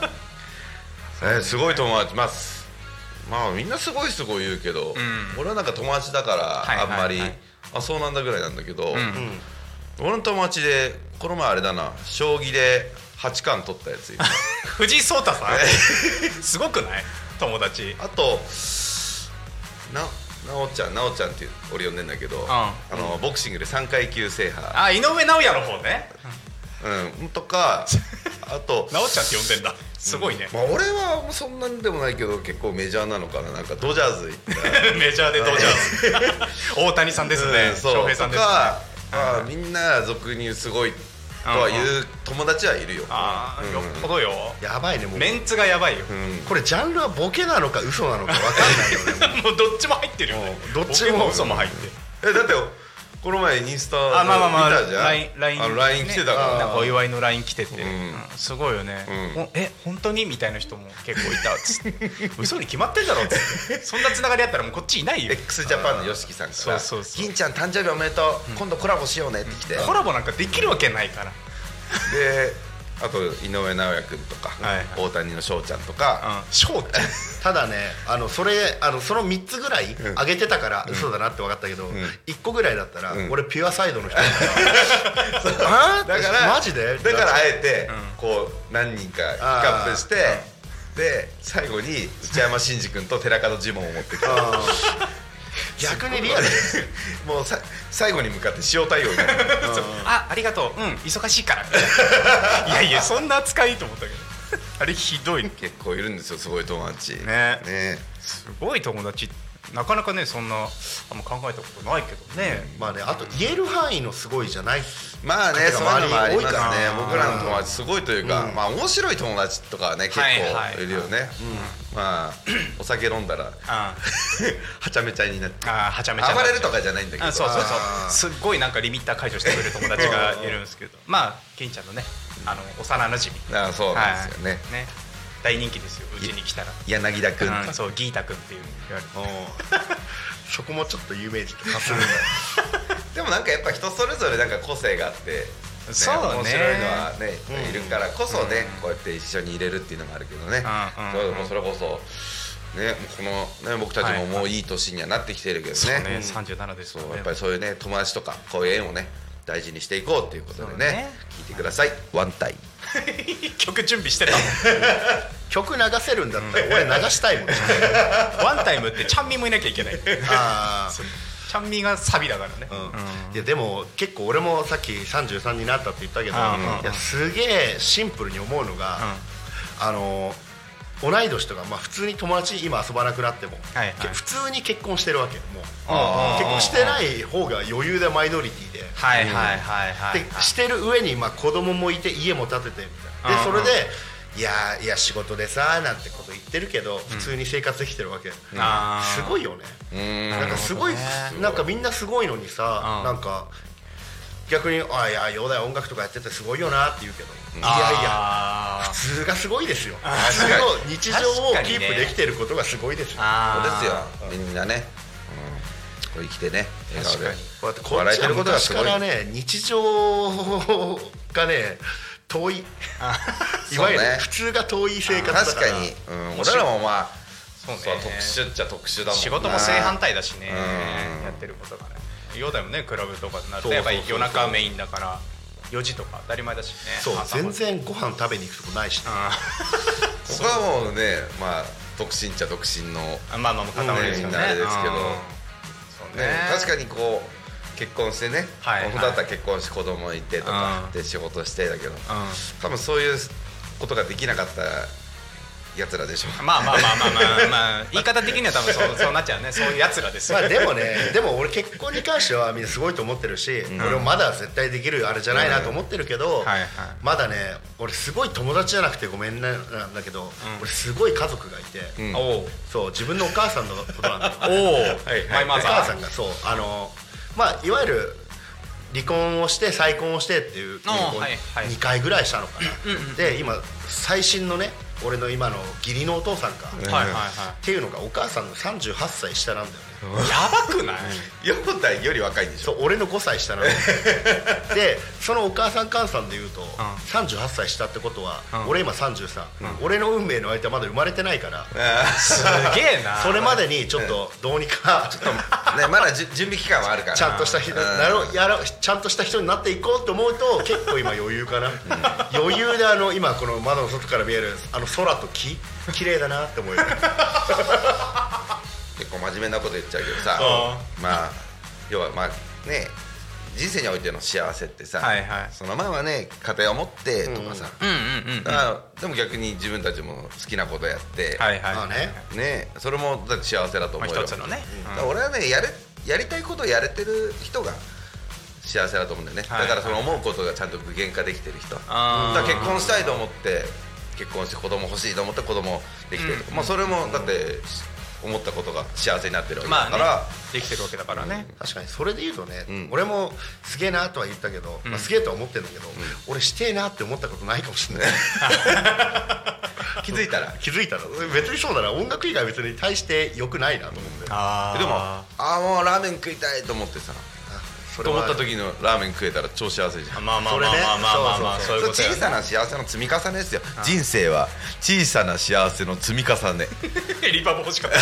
えー、すごい友達ますまあみんなすごいすごい言うけど、うん、俺はなんか友達だからあんまり、はいはいはい、あそうなんだぐらいなんだけど、うんうん、俺の友達でこの前あれだな将棋で八冠取ったやついる藤井聡太さんすごくない友達あとななおちゃんなおちゃんって俺呼んでんだけど、うん、あのボクシングでさんかい級制覇あ井上尚弥の方ねうんとかあとなおちゃんって呼んでんだすごいね、 うんまあ、俺はそんなんでもないけど結構メジャーなのかななんかドジャーズ行ったメジャーでドジャーズ大谷さんですね、 うん、翔平さんですねとか、まあ、みんな俗にすごいとは言う友達はいるよ。 ああ、うん、よっぽどよ。 やばいねもう。 メンツがやばいよ。 うん、これジャンルはボケなのか嘘なのか分かんないよね。 もうどっちも入ってるよね。 どっちも嘘も入って。 えだってこの前インスタあまあまあまあ見たじゃん。 ライン ラインあの ライン来てたから、 なんかお祝いの ライン 来てて、 うんうんすごいよね、 うんおえ本当にみたいな人も結構いたっつって嘘に決まってんだろっつってそんなつながりあったらもうこっちいないよ。 x ジャパンの ヨシキさんからそうそうそう銀ちゃん誕生日おめでとう、今度コラボしようねって来て、 コラボなんかできるわけないからであと井上尚弥君とか、 はいはい大谷の翔ちゃんとか、 うん翔ちゃんただねあのそれあのそのみっつぐらいん上げてたから嘘だなって分かったけど、いっこぐらいだったら、 うん俺ピュアサイドの人だからだからマジでだからあえて、 うんこう何人かピックアップして、で最後に内山真司君と寺門ジモンを持ってきてあ逆にリアルもうさ最後に向かって塩対応になるあありがとううん忙しいからいやいやそんな扱いと思ったけどあれひどい結構いるんですよすごい友達ねねすごい友達なかなかねそんなあんま考えたことないけどね、 まあねあと言える範囲のすごいじゃないまあねそういうのもありますね多いかな僕らの友達すごいというか、 うんまあ面白い友達とかはね結はいはい構いるよね、まあお酒飲んだらあはちゃめちゃになってあはちゃめちゃ暴れるとかじゃないんだけどあそうそうあーそうすっごいなんかリミッター解除してくれる友達がいるんですけどまあケンちゃんのねあの幼なじみあそうなんですよね、 はいね大人気ですようちに来たら柳田君うんそうギータ君っていう言われてそこもちょっと有名人とかするんだでもなんかやっぱ人それぞれなんか個性があって、ね、 そうね面白いのはね、 うんいるからこそね、 うんこうやって一緒に入れるっていうのがあるけどね、 うんうんそうもうそれこそねもうこの、ね、僕たちももういい年にはなってきてるけどね、 そうねさんじゅうななですよねそうやっぱりそういうね友達とかこういう縁をね大事にしていこうっていうことでねそうね聞いてくださいワンタイム曲準備してたもん曲流せるんだったら俺流したいもんワンタイムってちゃんみもいなきゃいけないあそうちゃんみがサビだからね、 うんうんいやでも結構俺もさっきさんじゅうさんになったって言ったけど、 うんいやすげえシンプルに思うのが、あの同い年とか、まあ、普通に友達今遊ばなくなっても、 はいはいけ普通に結婚してるわけもうあー結婚してない方が余裕でマイノリティで、 はいはいはいはいでしてる上にまあ子供もいて家も建ててみたいなでそれでいやいや仕事でさなんてこと言ってるけど普通に生活できてるわけ、 あーすごいよねうんなんかすごい、 なるほどねなんかみんなすごいのにさ、 うんなんか逆にあいやようだよ音楽とかやっててすごいよなって言うけど、いやいやあー普通がすごいですよ。 あー普通の日常を確かにねキープできてることがすごいですよ。 あそうですよみんなね、うん、こう生きてね笑顔で確かにこうやってこっ笑えちはてることがすごい昔からね日常がね遠いいわゆるそうね普通が遠い生活だから確かに、うん、俺らもまあそうねそう特殊っちゃ特殊だもんな仕事も正反対だしねうんやってることがねヨダもねクラブとかになるとそうそうそうそうやっぱり夜中メインだからよじとか当たり前だしねそう朝まで全然ご飯食べに行くとこないしね僕はもうねまあ独身っちゃ独身のねあまあまあ片割りですよねみんなあれですけどうんそうね確かにこう結婚してね、 はいはい本当だったら結婚して子供いてとかうんで仕事してだけどう多分そういうことができなかったやつらでしょんまあまあまあまあまあまあ言い方的には多分そうそうなっちゃうねそういうやつらですよまあでもねでも俺結婚に関してはみんなすごいと思ってるし、俺もまだ絶対できるあれじゃないなと思ってるけど、 はいはいまだね俺すごい友達じゃなくてごめんねなんだけど、俺すごい家族がいて、 うんおうそう自分のお母さんのことなんだよおおはいおマイマザー母さんがそうあのまあいわゆる離婚をして再婚をしてっていうあーはいはいにかいぐらいしたのかなで今最新のね俺の今の義理のお父さんか、 うんはいはいはっていうのがお母さんのさんじゅうはっさい下なんだよねいやばくないヨダより若いんでしょそう俺のごさい下なのでそのお母さん換算で言うと、さんじゅうはっさい下ってことは、 うん俺今さんじゅうさん、俺の運命の相手はまだ生まれてないからすげえなそれまでにちょっとどうにかちょっとねまだじゅ準備期間はあるからちゃんとした人うんなろやろちゃんとした人になっていこうと思うと結構今余裕かな、余裕であの今この窓の外から見えるあの空と木綺麗だなって思うよね結構真面目なこと言っちゃうけどさまあ要はまあね人生においての幸せってさ、 はいはいそのままね家庭を持ってとかさ、 うんうんうんだからでも逆に自分たちも好きなことやって、 はいはいまあねねそれもだって幸せだとまあ思うよ、 一つのねだから俺はねやれやりたいことをやれてる人が幸せだと思うんだよね、 はいだからその思うことがちゃんと具現化できてる人、 あーだから結婚したいと思って結婚して子供欲しいと思って子供できてるとか、まあ、それもだって思ったことが幸せになってるわけだから、まあね、 できてるわけだからね、 うん、確かにそれで言うとね、うん、俺もすげえなとは言ったけど、うんまあ、すげえとは思ってるんだけど、うん、俺してえなって思ったことないかもしれない気づいたら気づいたら別にそうだな、音楽以外別に対して良くないなと思って、 あでもああもうラーメン食いたいと思ってさと思った時のラーメン食えたら超幸せじゃん。 まあまあまあまあまあまあまあそういうこと小さな幸せの積み重ねですよ。人生は小さな幸せの積み重ねリバーブ欲しかった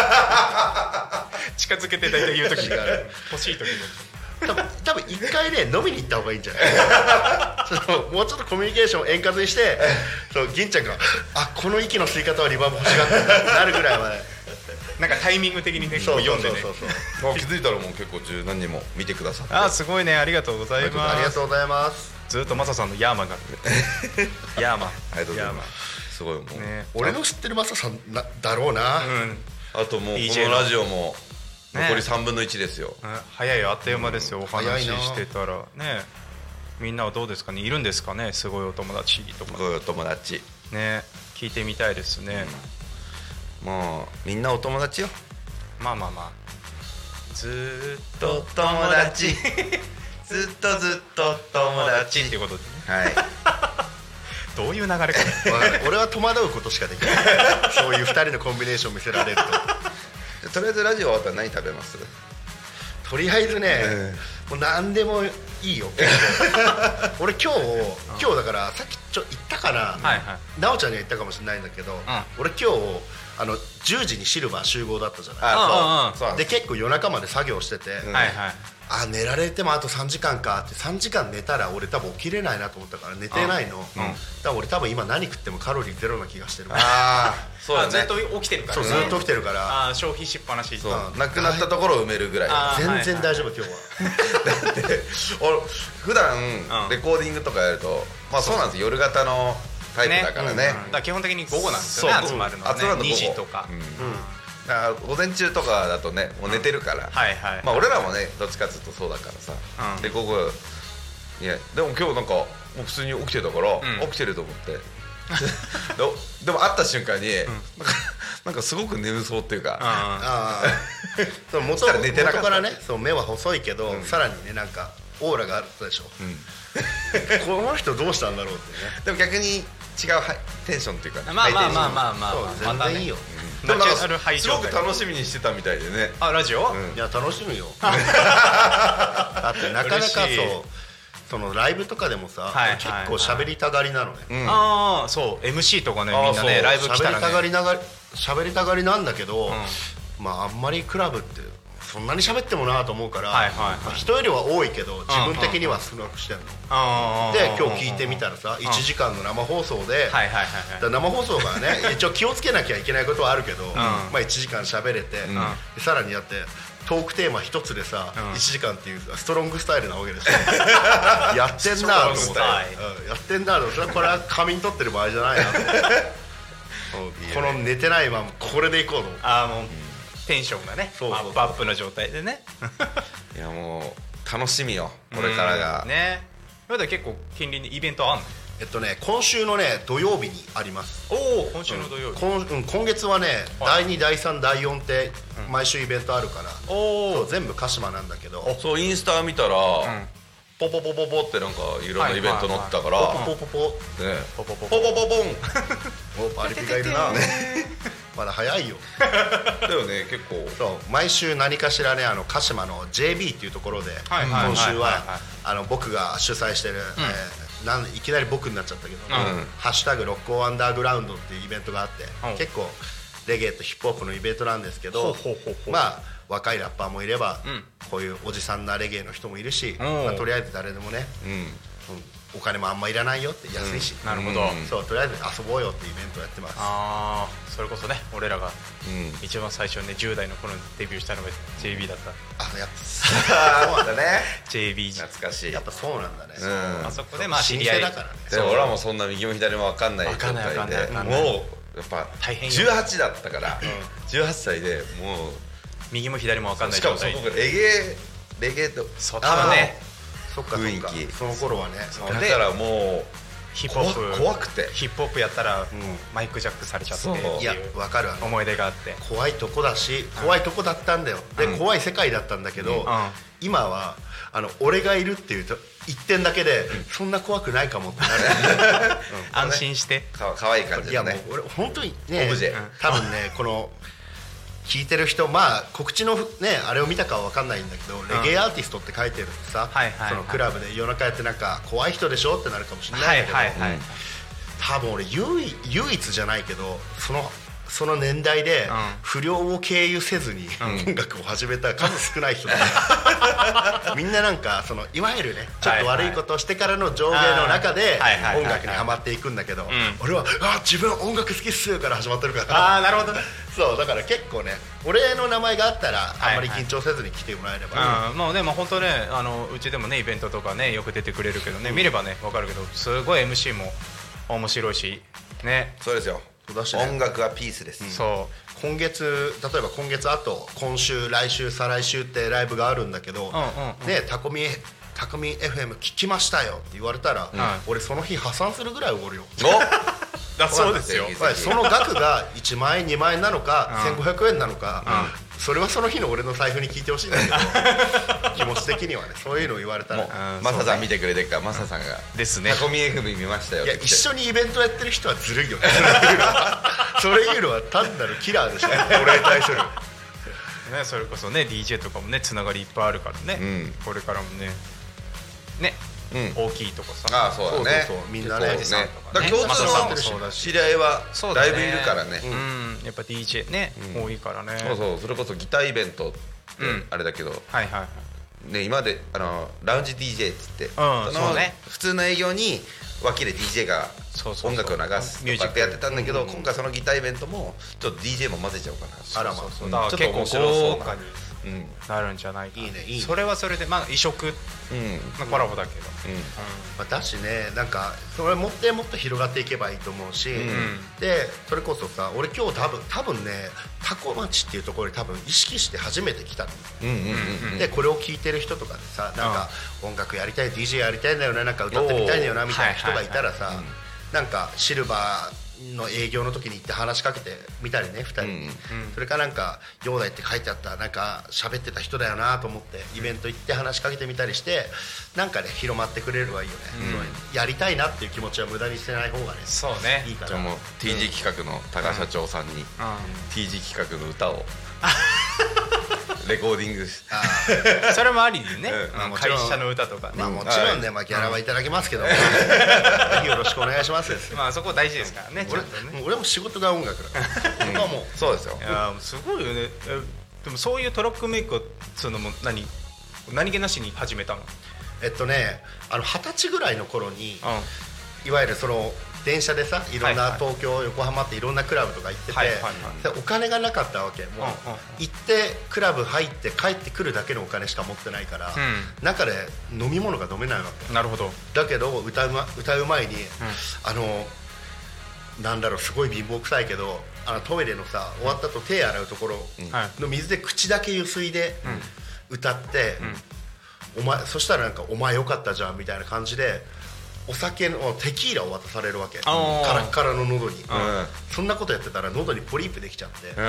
近づけて大体言う時が欲しい時多分多分一回ね飲みに行った方がいいんじゃないそのもうちょっとコミュニケーションを円滑にしてそう銀ちゃんがあこの息の吸い方はリバーブ欲しがってなるぐらいまでなんかタイミング的にね読んでね気づいたらもう結構十何人も見てくださって、 あすごいね、ありがとうございます。 ありがとうございます。 ずっとマサさんのヤーマンがヤーマンありがとうございます。すごいもう、 ね、俺の知ってるマサさんなだろうな、うん、 あともうこのラジオも残りさんぶんのいちですよ、 ね、早いよ、あっという間ですよ、うん、お話ししてたらね。みんなはどうですかね、いるんですかね、すごいお友達とか。 すごいお友達ね、聞いてみたいですね、 うん、もうみんなお友達よ。 まあまあまあずっと友達ずっとずっと友達っていうことでね、 はいどういう流れか俺は戸惑うことしかできないそういうふたりのコンビネーション見せられるととりあえずラジオ終わったら何食べます？ とりあえずね、もう何でもいいよ俺今日今日だからさっきちょ言ったかな、はいはい、なおちゃんには言ったかもしれないんだけど、うん、俺今日あのじゅうじにシルバー集合だったじゃない。あそうそうで結構夜中まで作業してて、うん、はいはい、あ寝られてもあとさんじかんかってさんじかん寝たら俺多分起きれないなと思ったから寝てないの、うん、だから俺多分今何食ってもカロリーゼロな気がしてる。 ああそうだね、ずっと起きてるからね。 そうずっと起きてるから、 あ消費しっぱなし、 そうなくなったところを埋めるぐらい全然大丈夫今日はだって俺普段レコーディングとかやると、まあそうなんです、夜型のタイプだからね、 ね、うん、だから基本的に午後なんですよね、集まるのはね、にじとか、うんうん、 だから午前中とかだとねもう寝てるから、うん、はいはい、まあ俺らもねどっちかっていうとそうだからさ、うん、で午後いやでも今日なんかもう普通に起きてたから、うん、起きてると思ってでも会った瞬間に、うん、なんかなんかすごく眠そうっていうか、ああ元から寝てなかった元からね、そう目は細いけど、うん、さらにねなんかオーラがあったでしょ、うんこの人どうしたんだろうってね。 でも逆に違うテンションっていうか、 まあまあまあまあまあ全然いいよ。 でもなんかすごく楽しみにしてたみたいでね。 あラジオ？ いや楽しみよ。だってなかなかそうそのライブとかでもさ結構喋りたがりなのね。 ああそう エムシー とかねみんなねライブ来たらね。喋りたがりなが喋りたがりなんだけど、まああんまりクラブってそんなに喋ってもなと思うから、はいはいはいまあ、人よりは多いけど自分的には少なくしてんの、うんうん、で今日聞いてみたらさいちじかんの生放送で、はいはいはいはい、生放送がね一応気をつけなきゃいけないことはあるけど、うんまあ、いちじかん喋れて、うん、さらにやってトークテーマ一つでさ、うん、いちじかんっていうストロングスタイルなわけでしょやってんなと思って、うん、やってんなと思ってそれはこれは仮眠取ってる場合じゃないなと思ってこの寝てないままこれでいこうと思ってああもうテンションがねアップアップの状態でねいやもう楽しみよこれからがね。まだ結構近隣にイベントあんの？ えっとね今週のね土曜日にあります。 おお今週の土曜日、 うん、今, 今月はね、はい、だいにだいさんだいよんって毎週イベントあるから、うん、お全部鹿島なんだけどそうインスタ見たら、うん、ポポポポポってなんかいろんなイベント載ってたから、はいはいはい、ポポポポねポポポポポポポンおパリピがいるなまだ早いよだよね結構そう毎週何かしらねあの鹿島の ジェービー っていうところで、はいはいはいはい、今週はあの僕が主催してる、うんえー、なんいきなり僕になっちゃったけど、うん、ハッシュタグロックオンアンダーグラウンドっていうイベントがあって、うん、結構レゲエとヒップホップのイベントなんですけどまあ若いラッパーもいれば、うん、こういうおじさんなレゲエの人もいるし、まあ、とりあえず誰でもね、うんうんお金もあんまいらないよって安いし、 うん、なるほど、 うん、そうとりあえず遊ぼうよってイベントをやってます。 ああそれこそね俺らが一番最初ねじゅう代の頃にデビューしたのが ジェービー だった。 あやっぱそうだねジェービー懐かしいやっぱそうなんだね、 うん、あそこでまあ知り合いだからね。 でも俺はもうそんな右も左も分かんない状態でもうやっぱじゅうはちだったから、うん、じゅうはっさいでもう右も左も分かんない状態しかもそこがレゲエレゲエとそう多分ねそっかそっかその頃はねだからもうヒップホップ怖くてヒップホップやったら、うん、マイクジャックされちゃっていや分かるわ思い出があって怖いとこだし怖いとこだったんだよ、うん、で怖い世界だったんだけど、うん、今はあの俺がいるっていうと一点だけで、うん、そんな怖くないかもってなる、 うん、安心してか, かわいい感じだね。 いやもう俺本当にねオブジェ多分ねこの聞いてる人まあ告知のねあれを見たかは分かんないんだけど、うん、レゲエアーティストって書いてるってさ、はいはいはい、そのクラブで夜中やってなんか怖い人でしょってなるかもしれないんだけど、はいはいはい、多分俺唯唯一じゃないけどそのその年代で不良を経由せずに音楽を始めた数少ない人だ、うん、みんななんかそのいわゆるねちょっと悪いことをしてからの上下の中で音楽にハマっていくんだけど、俺はあ自分音楽好きっすから始まってるから。 あーなるほどね。 そうだから結構ね俺の名前があったらあんまり緊張せずに来てもらえれば、はいはい、うん、もうねもう本当ねあのうちでもねイベントとかねよく出てくれるけどね、うん、見ればね分かるけどすごい エムシー も面白いしね。 そうですよ。音楽はピースです、うん、 そう今月例えば今月あと今週来週再来週ってライブがあるんだけど、うんうんうん、ねタコミタコミ エフエム 聞きましたよって言われたら、うん、俺その日破産するぐらいおごるよ。 だそうですよ。 その額がいちまんえんにまんえんなのか、うん、せんごひゃくえんなのか、うん、それはその日の俺の財布に聞いてほしいんだけど気持ち的にはねそういうのを言われたらマサさん見てくれてるからマサさんがですねタコミ エフエム 見ましたよ。 いや一緒にイベントやってる人はずるいよねそれ言うのは単なるキラーでしょ俺に対するね。 それこそね ディージェー とかもねつながりいっぱいあるからね、うん、これからもねね、うん、大きいとこさああそうだねそうそうそうみんなねだから共通の知り合いはだいぶいるからね、 うん、やっぱ ディージェー ね、うん、多いからね。 そうそうそれこそギターイベントってあれだけど、うん、はいはいはいね今まであのラウンジ ディージェー っつって、うん、そのね普通の営業に脇で ディージェー が音楽を流すとかってやってたんだけど、今回そのギターイベントもちょっと ディージェー も混ぜちゃおうかな。 あらまあそうだから結構豪華になるんじゃないか。いいねいいね。それはそれでまあ異色のコラボだけど、 うんうんまあ、だしねなんかそれもってもっと広がっていけばいいと思うし、うん、でそれこそさ俺今日多分多分ねタコ町っていうところに多分意識して初めて来たの、うんうんうん、でこれを聞いてる人とかでさなんか音楽やりたい ディージェー やりたいんだよねなんか歌ってみたいんだよなみたいな人がいたらさ、はいはいはい、なんかシルバーの営業の時に行って話しかけてみたりねふたりに、うんうん、それかなんか陽大って書いてあったなんか喋ってた人だよなと思ってイベント行って話しかけてみたりしてなんかね広まってくれればいいよね、うん、やりたいなっていう気持ちは無駄にしてない方がねそうねいいから。じゃあもう ティージー 企画の多賀社長さんに、うん、ティージー 企画の歌をレコーディングしあそれもありでね、うん、会社の歌とかね、 まあ、もちろんね、まあ、ギャラはいただきますけど、うん、ぜひよろしくお願いしますですまあそこ大事ですからね。 俺, ね俺も仕事が音楽だから僕はもうそうですよ。 いやすごいよね。でもそういうトラックメイクをそのも何何気なしに始めたの？ えっとねあの二十歳ぐらいの頃に、うん、いわゆるその電車でさいろんな東京、はいはい、横浜っていろんなクラブとか行ってて、はいはいはい、お金がなかったわけもう、うんうんうん、行ってクラブ入って帰ってくるだけのお金しか持ってないから、うん、中で飲み物が飲めないわけ。 なるほど。だけど歌う、ま、歌う前に、うん、あのなんだろうすごい貧乏くさいけどあのトイレのさ終わった後手洗うところの水で口だけゆすいで歌って、うん、お前そしたらなんかお前よかったじゃんみたいな感じでお酒のテキーラを渡されるわけカラッカラの喉に、うん、そんなことやってたら喉にポリープできちゃって、うん、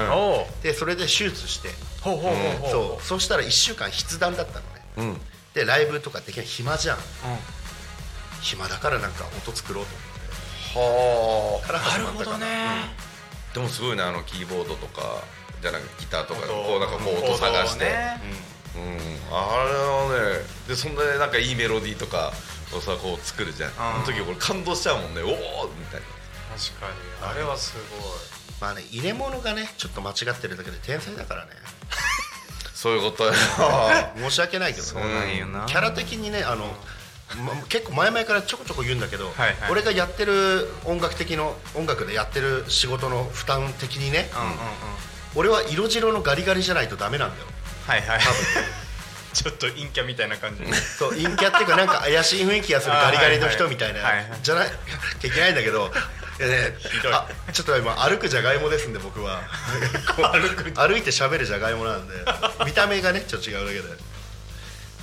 でそれで手術してほうほうほうほうそうそうしたらいっしゅうかん筆談だったのね、うん、でライブとかできない暇じゃん、うん、暇だからなんか音作ろうと思ってはあなるほどね、 うん、でもすごいねあのキーボードとかじゃなくギターとかこうなんかこう音探して、ねうんうん、あれはねでそんななんかいいメロディーとかをさこう作るじゃん。あの時俺感動しちゃうもんね。おおみたいな。 確かにあれはすごい。 まあね入れ物がねちょっと間違ってるだけで天才だからねそういうことよ申し訳ないけどね。 そうなんよな。 キャラ的にねあの、ま、結構前々からちょこちょこ言うんだけど、はいはい、俺がやってる音楽的の音楽でやってる仕事の負担的にね、うんうんうん、俺は色白のガリガリじゃないとダメなんだよ。 はいはい多分ちょっと陰キャみたいな感じそう陰キャっていうかなんか怪しい雰囲気がするガリガリの人みたいなじゃないといけないんだけどいや、ね、あちょっと今歩くじゃがいもですんで僕は歩く歩いて喋るじゃがいもなんで見た目がねちょっと違うだけでい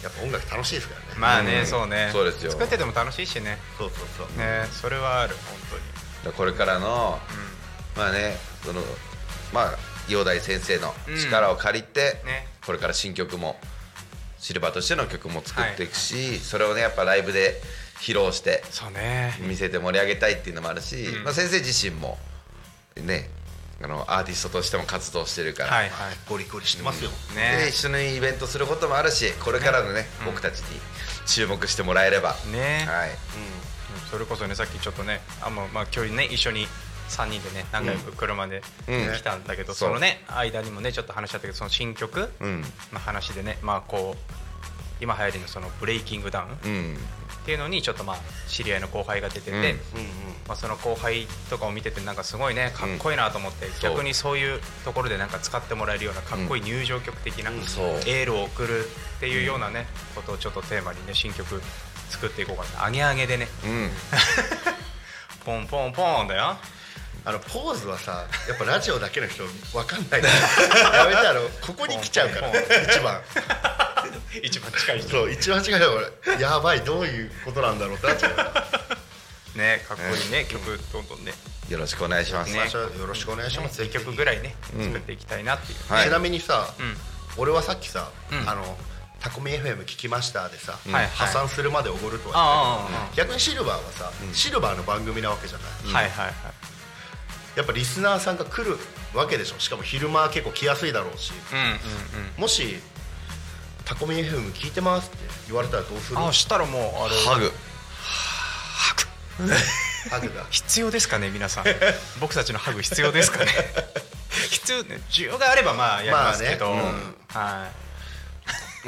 やっぱ音楽楽しいですからね。 まあね、うん、そうね、 そうですよ。 作ってても楽しいしね。 そうそうそうね、それはある本当に。 だこれからの、うん、まあね、そのまあ陽大先生の力を借りて、うんね、これから新曲もシルバーとしての曲も作っていくし、はい、それをねやっぱライブで披露して見せて盛り上げたいっていうのもあるし、うん、まあ、先生自身もねあのアーティストとしても活動してるから、はいはい、 ゴリゴリしてますよ、 うんね、で一緒にイベントすることもあるし、これからのね、ね、僕たちに注目してもらえればね、 はい、うん、 それこそねさっきちょっとねあまあ今日ね一緒にさんにんでね何回も車で来たんだけど、うん、そのね間にもねちょっと話しちゃったけど、その新曲の話でね、まあこう今流行りのそのブレイキングダウンっていうのにちょっとまあ知り合いの後輩が出てて、うん、まあその後輩とかを見ててなんかすごいねかっこいいなと思って、うん、逆にそういうところでなんか使ってもらえるようなかっこいい入場曲的なエールを送るっていうようなねことをちょっとテーマにね新曲作っていこうかな。アゲアゲでね、うん、ポンポンポンだよ。 あのポーズはさやっぱラジオだけの人分かんないからやめて、あのここに来ちゃうから一番一番近い人、 そう一番近い人俺やばいどういうことなんだろうってなっちゃうからね、かっこいいね、曲どんどんねよろしくお願いします、 ね、よろしくお願いします。 いっきょくぐらいね作っていきたいなっていう、 うん、はい、ちなみにさ、うん、俺はさっきさ、うん、あのタコミ エフエム 聞きましたでさ、うん、破産するまでおごるとは言って、逆にシルバーはさ、うん、シルバーの番組なわけじゃない、うん、 はいはいはい、 やっぱリスナーさんが来るわけでしょ。しかも昼間結構来やすいだろうし、うんうんうん、もしタコミ エフエム 聞いてますって言われたらどうする？ あ、したらもうあれハグハグハグだ必要ですかね皆さん僕たちのハグ必要ですかね必要ね、需要があればまあやりますけど、まあね、うん、はい、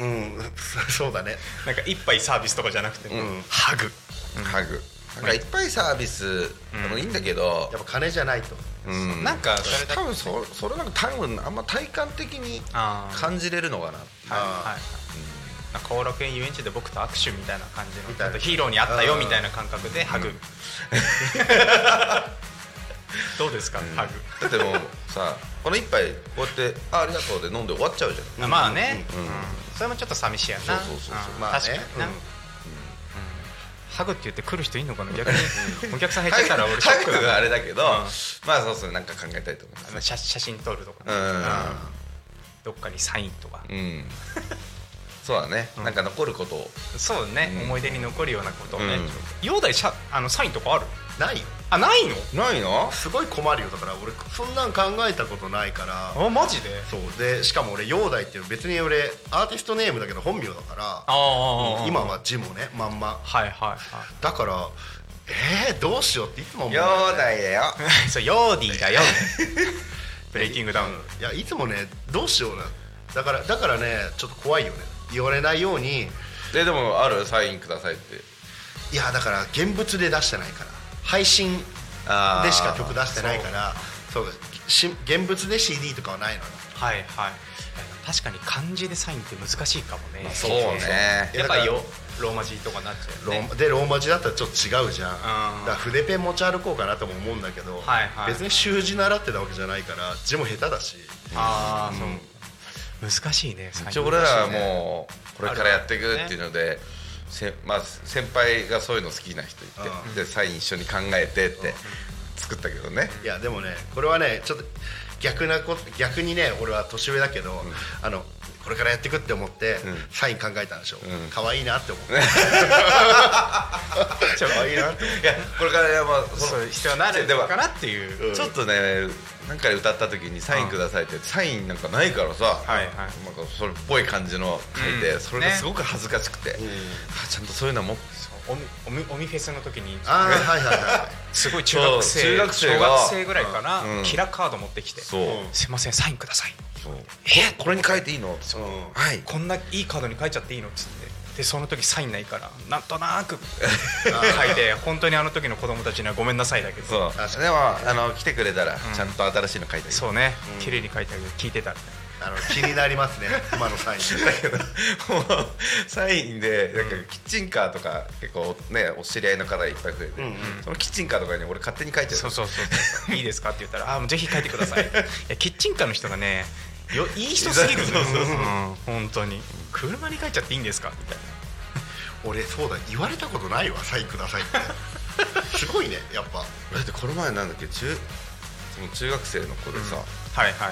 うん、そうだね。 なんか一杯サービスとかじゃなくて、うん、ハグ、 うん、ハグなんかいっぱいサービスでもいいんだけど、 やっぱ金じゃないと、 うん、なんかそれ多分 そ, それなんか多分あんま体感的に感じれるのかな。はいはい、 後楽園遊園地で僕と握手みたいな感じのちょっとヒーローに会ったよみたいな感覚でハグ、うん、どうですか、うん、ハグだってもうさこの一杯こうやってあ, ありがとうで飲んで終わっちゃうじゃん、 うん、まあね、うんうん、それもちょっと寂しいやな。 そうそうそうそう、 まあね、確かにな、うん、ハグって言って来る人いんのかな。逆にお客さん減っちゃったら俺ショックだ。 ハグがあれだけど、うん、まあそうそうなんか考えたいと思います。 写, 写真撮るとか、ね、うん、どっかにサインとか、うん、 そうだね、うん、なんか残ることをそうね、うん、思い出に残るようなことをね、うん、陽大あのサインとかある？ ないよ。 あ、ないの？ ないの？ すごい困るよ。だから俺そんなん考えたことないから。 あ、マジで？ そうで、しかも俺陽大っていう別に俺アーティストネームだけど本名だから、あ、うん、今は字もねまんま、 はいはいはい、 だからえー、どうしようっていつも思う、ね、 陽大だよそう、ヨーディーだよブレイキングダウン、 いやいつもねどうしような、だからだからねちょっと怖いよね、言われないように。 ででもある？サインくださいって。 いやだから現物で出してないから、配信でしか曲出してないから、そうし現物で シーディー とかはないのよ。 はいはい、確かに漢字でサインって難しいかもね、まあ、 そうね、 やっぱりローマ字とかになっちゃうよね。 でローマ字だったらちょっと違うじゃん、だから筆ペン持ち歩こうかなとも思うんだけど、はいはい、別に習字習ってたわけじゃないから字も下手だし、 あ、うん、そう難しいね。 一応俺らはもうこれからやっていくっていうので、せまあ、先輩がそういうの好きな人いて、うん、でサイン一緒に考えてって作ったけどね。 いやでもねこれはねちょっと逆なこ逆にね俺は年上だけど、うん、あのこれからやっていくって思って、うん、サイン考えたんでしょ、うん、可愛いなって思って可愛いなって思って、 いやこれからまあそういう人はなるのかなっていう、 うん、ちょっとねなんか歌った時にサインくださいって、うん、サインなんかないからさ、はいはい、なんかそれっぽい感じの書いて、うん、それがすごく恥ずかしくて、ね、あちゃんとそういうのもおみおみおみフェスの時に、 あ、はいはいはい、 すごい中学生中学生小学生ぐらいかな、うん、キラカード持ってきて、 そうすいませんサインください、 そうえこれに書いていいのって、 そう、はい、こんないいカードに書いちゃっていいのっつって、でその時サインないからなんとなく書いて本当にあの時の子供たちにはごめんなさいだけど、 そうでもあの来てくれたらちゃんと新しいの書いてあげる、 そうね、綺麗に書いてあげる、聞いてたらあの気になりますね今のサインだけどもうサインでなんかキッチンカーとか結構ねお知り合いの方がいっぱい増えて、うんうん、そのキッチンカーとかに俺勝手に書いてる。 そうそうそうそういいですかって言ったら、あもうぜひ書いてくださいいやキッチンカーの人がねよいい人すぎるね。そうそうそう、うん、本当に車に帰っちゃっていいんですかみたいな。 俺そうだ言われたことないわ、サインくださいってすごいねやっぱ。 だってこの前なんだっけ、中その中学生の子でさ、うん、 はいはいはい、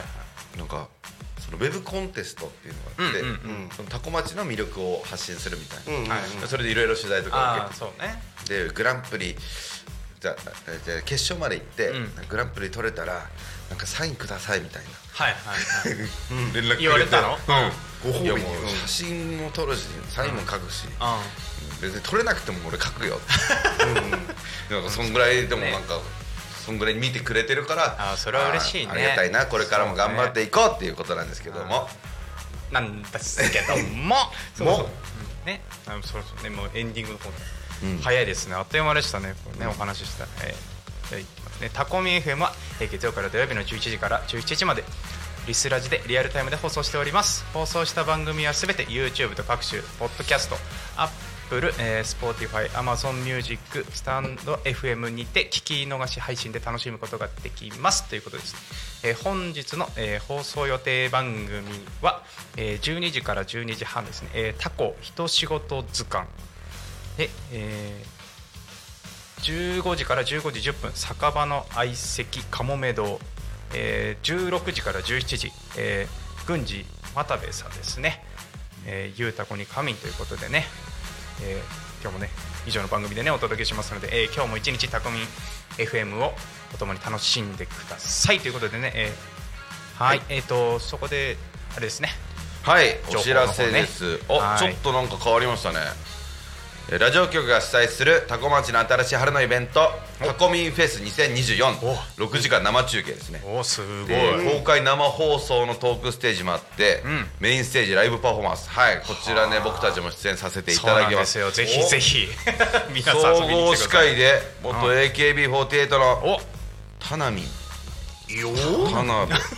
なんかそのウェブコンテストっていうのがあって、うんうんうん、そのタコ町の魅力を発信するみたいな、うんうんうん、それでいろいろ取材とか受けて、 そうね、 でグランプリじゃじゃ決勝まで行って、うん、グランプリ取れたらなんかサインくださいみたいな、 はいはいはい、 うん、連絡くれて言われたの、 うん、ご褒美に写真も撮るしサインも書くし、うん、別に撮れなくても俺書くよって、うん、なんかそんぐらいでもなんか、ね、そんぐらい見てくれてるから、 あ、それは嬉しいね、 ありがたいな、これからも頑張っていこうっていうことなんですけども、 なんですけどもそうそう、うん、ね、あのそうそうね、もうエンディングの方、うん、早いですね、あっという間でしたね、これね、うん、お話しした、えー、じゃあいきますね。タコミ エフエム は、えー、月曜から土曜日のじゅういちじからじゅうしちじまでリスラジでリアルタイムで放送しております。放送した番組はすべて YouTube と各種ポッドキャスト、Apple、えー、Spotify、Amazon Music、スタンド エフエム にて聞き逃し配信で楽しむことができますということです。えー、本日の、えー、放送予定番組は、えー、じゅうにじからじゅうにじはんですね。えー、タコ一仕事図鑑で、えー、じゅうごじからじゅうごじじゅっぷん酒場の相席かもめ堂、えー、じゅうろくじからじゅうしちじ、えー、郡司又部さんですね、えー、ゆうたこに仮眠ということでね、えー、今日もね以上の番組でねお届けしますので、えー、今日も一日タコミン エフエム をお共に楽しんでくださいということでね、えー、はい、はい、えーとそこであれですね、 はい、お知らせです。お、はい、ちょっとなんか変わりましたね。ラジオ局が主催するタコ町の新しい春のイベントタコミンフェスにせんにじゅうよん、ろくじかん生中継ですね。 お、すごい。 公開生放送のトークステージもあって、うん、メインステージライブパフォーマンス、はい、こちらね僕たちも出演させていただきます。 そうなんですよ、ぜひぜひ皆さん遊びに来てください。総合司会で元 エーケービーフォーティーエイト のタナミンよ田辺さん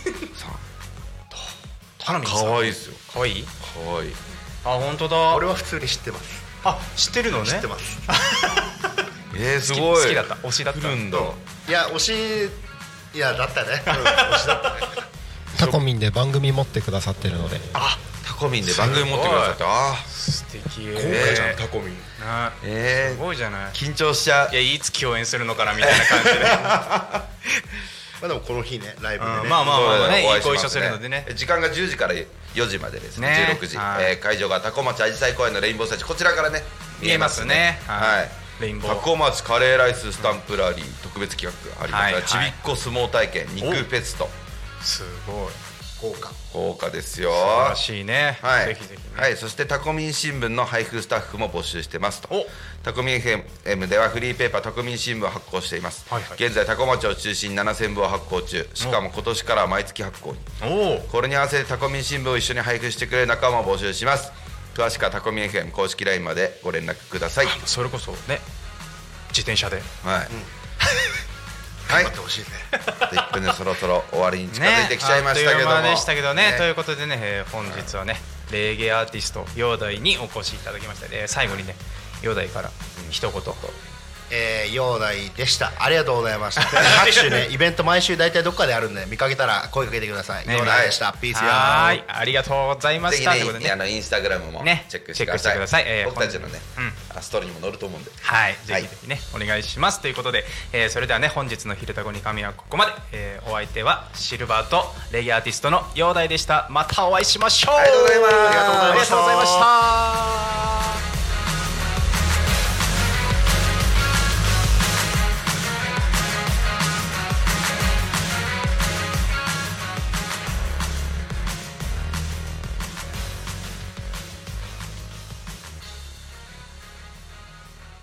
田辺さんかわいいですよ。 かわいいかわいい。 あ、本当だ。 俺は普通に知ってます。 あ、知ってるのね。 知ってます。 えー、すごい。 好きだった。推しだったんだ。 いや、推し、いやだったね、うん、推しだったね。 タコミンで番組持ってくださってるので。 あ、タコミンで番組持ってくださって、あ、 素敵。 豪華じゃん、タコミン。 えー、すごいじゃない。 緊張しちゃう。 いや、いつ共演するのかなみたいな感じで。 まあでもこの日ね、ライブでね、 うん、まあまあまあね、ご一緒するのでね。 時間がじゅうじからよじまでですね、じゅうろくじ、えー、会場がタコ町あじさい公園のレインボースタジオ、こちらからね見えますね。 はい、レインボータコ町カレーライススタンプラリー特別企画ありますから、はいはい、ちびっこ相撲体験肉フェスト、 すごい豪華豪華ですよ。 素晴らしいね。 はい、 ぜひぜひ、ね、 はい、そしてタコミン新聞の配布スタッフも募集してますと。タコミン エフエム ではフリーペーパータコミン新聞を発行しています、はいはい、現在タコ町を中心にななせんぶを発行中。しかも今年からは毎月発行に。おこれに合わせてタコミン新聞を一緒に配布してくれる仲間を募集します。詳しくはタコミン エフエム 公式 ライン までご連絡ください。 それこそね、自転車で、 はい、うん、 頑張ってほしいね。 いっぷんでそろそろ終わりに近づいてきちゃいましたけども、ね、あっという間でしたけどね、ね、ということでね、えー、本日はね、レゲエアーティストヨーダイにお越しいただきました。で最後にね、ヨーダイから一言と、 えー、ヨーダイでした。ありがとうございました。拍手ね、イベント毎週大体どっかであるんで、見かけたら声かけてください、ね、ヨーダイでした、はい、ピースよ。 はい、ありがとうございました。 ぜひね、あのインスタグラムもチェックしてください、ね、ください、えー、僕たちのね、うん、ストーリーにも載ると思うんで、 はい、ぜひぜひね、はい、お願いしますということで、えー、それではね、本日の昼タコに神はここまで、えー、お相手はシルバーとレゲエアーティストのヨーダイでした。またお会いしましょう。 ありがとうございます。 ありがとうございました。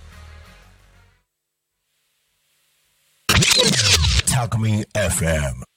タコミン エフエム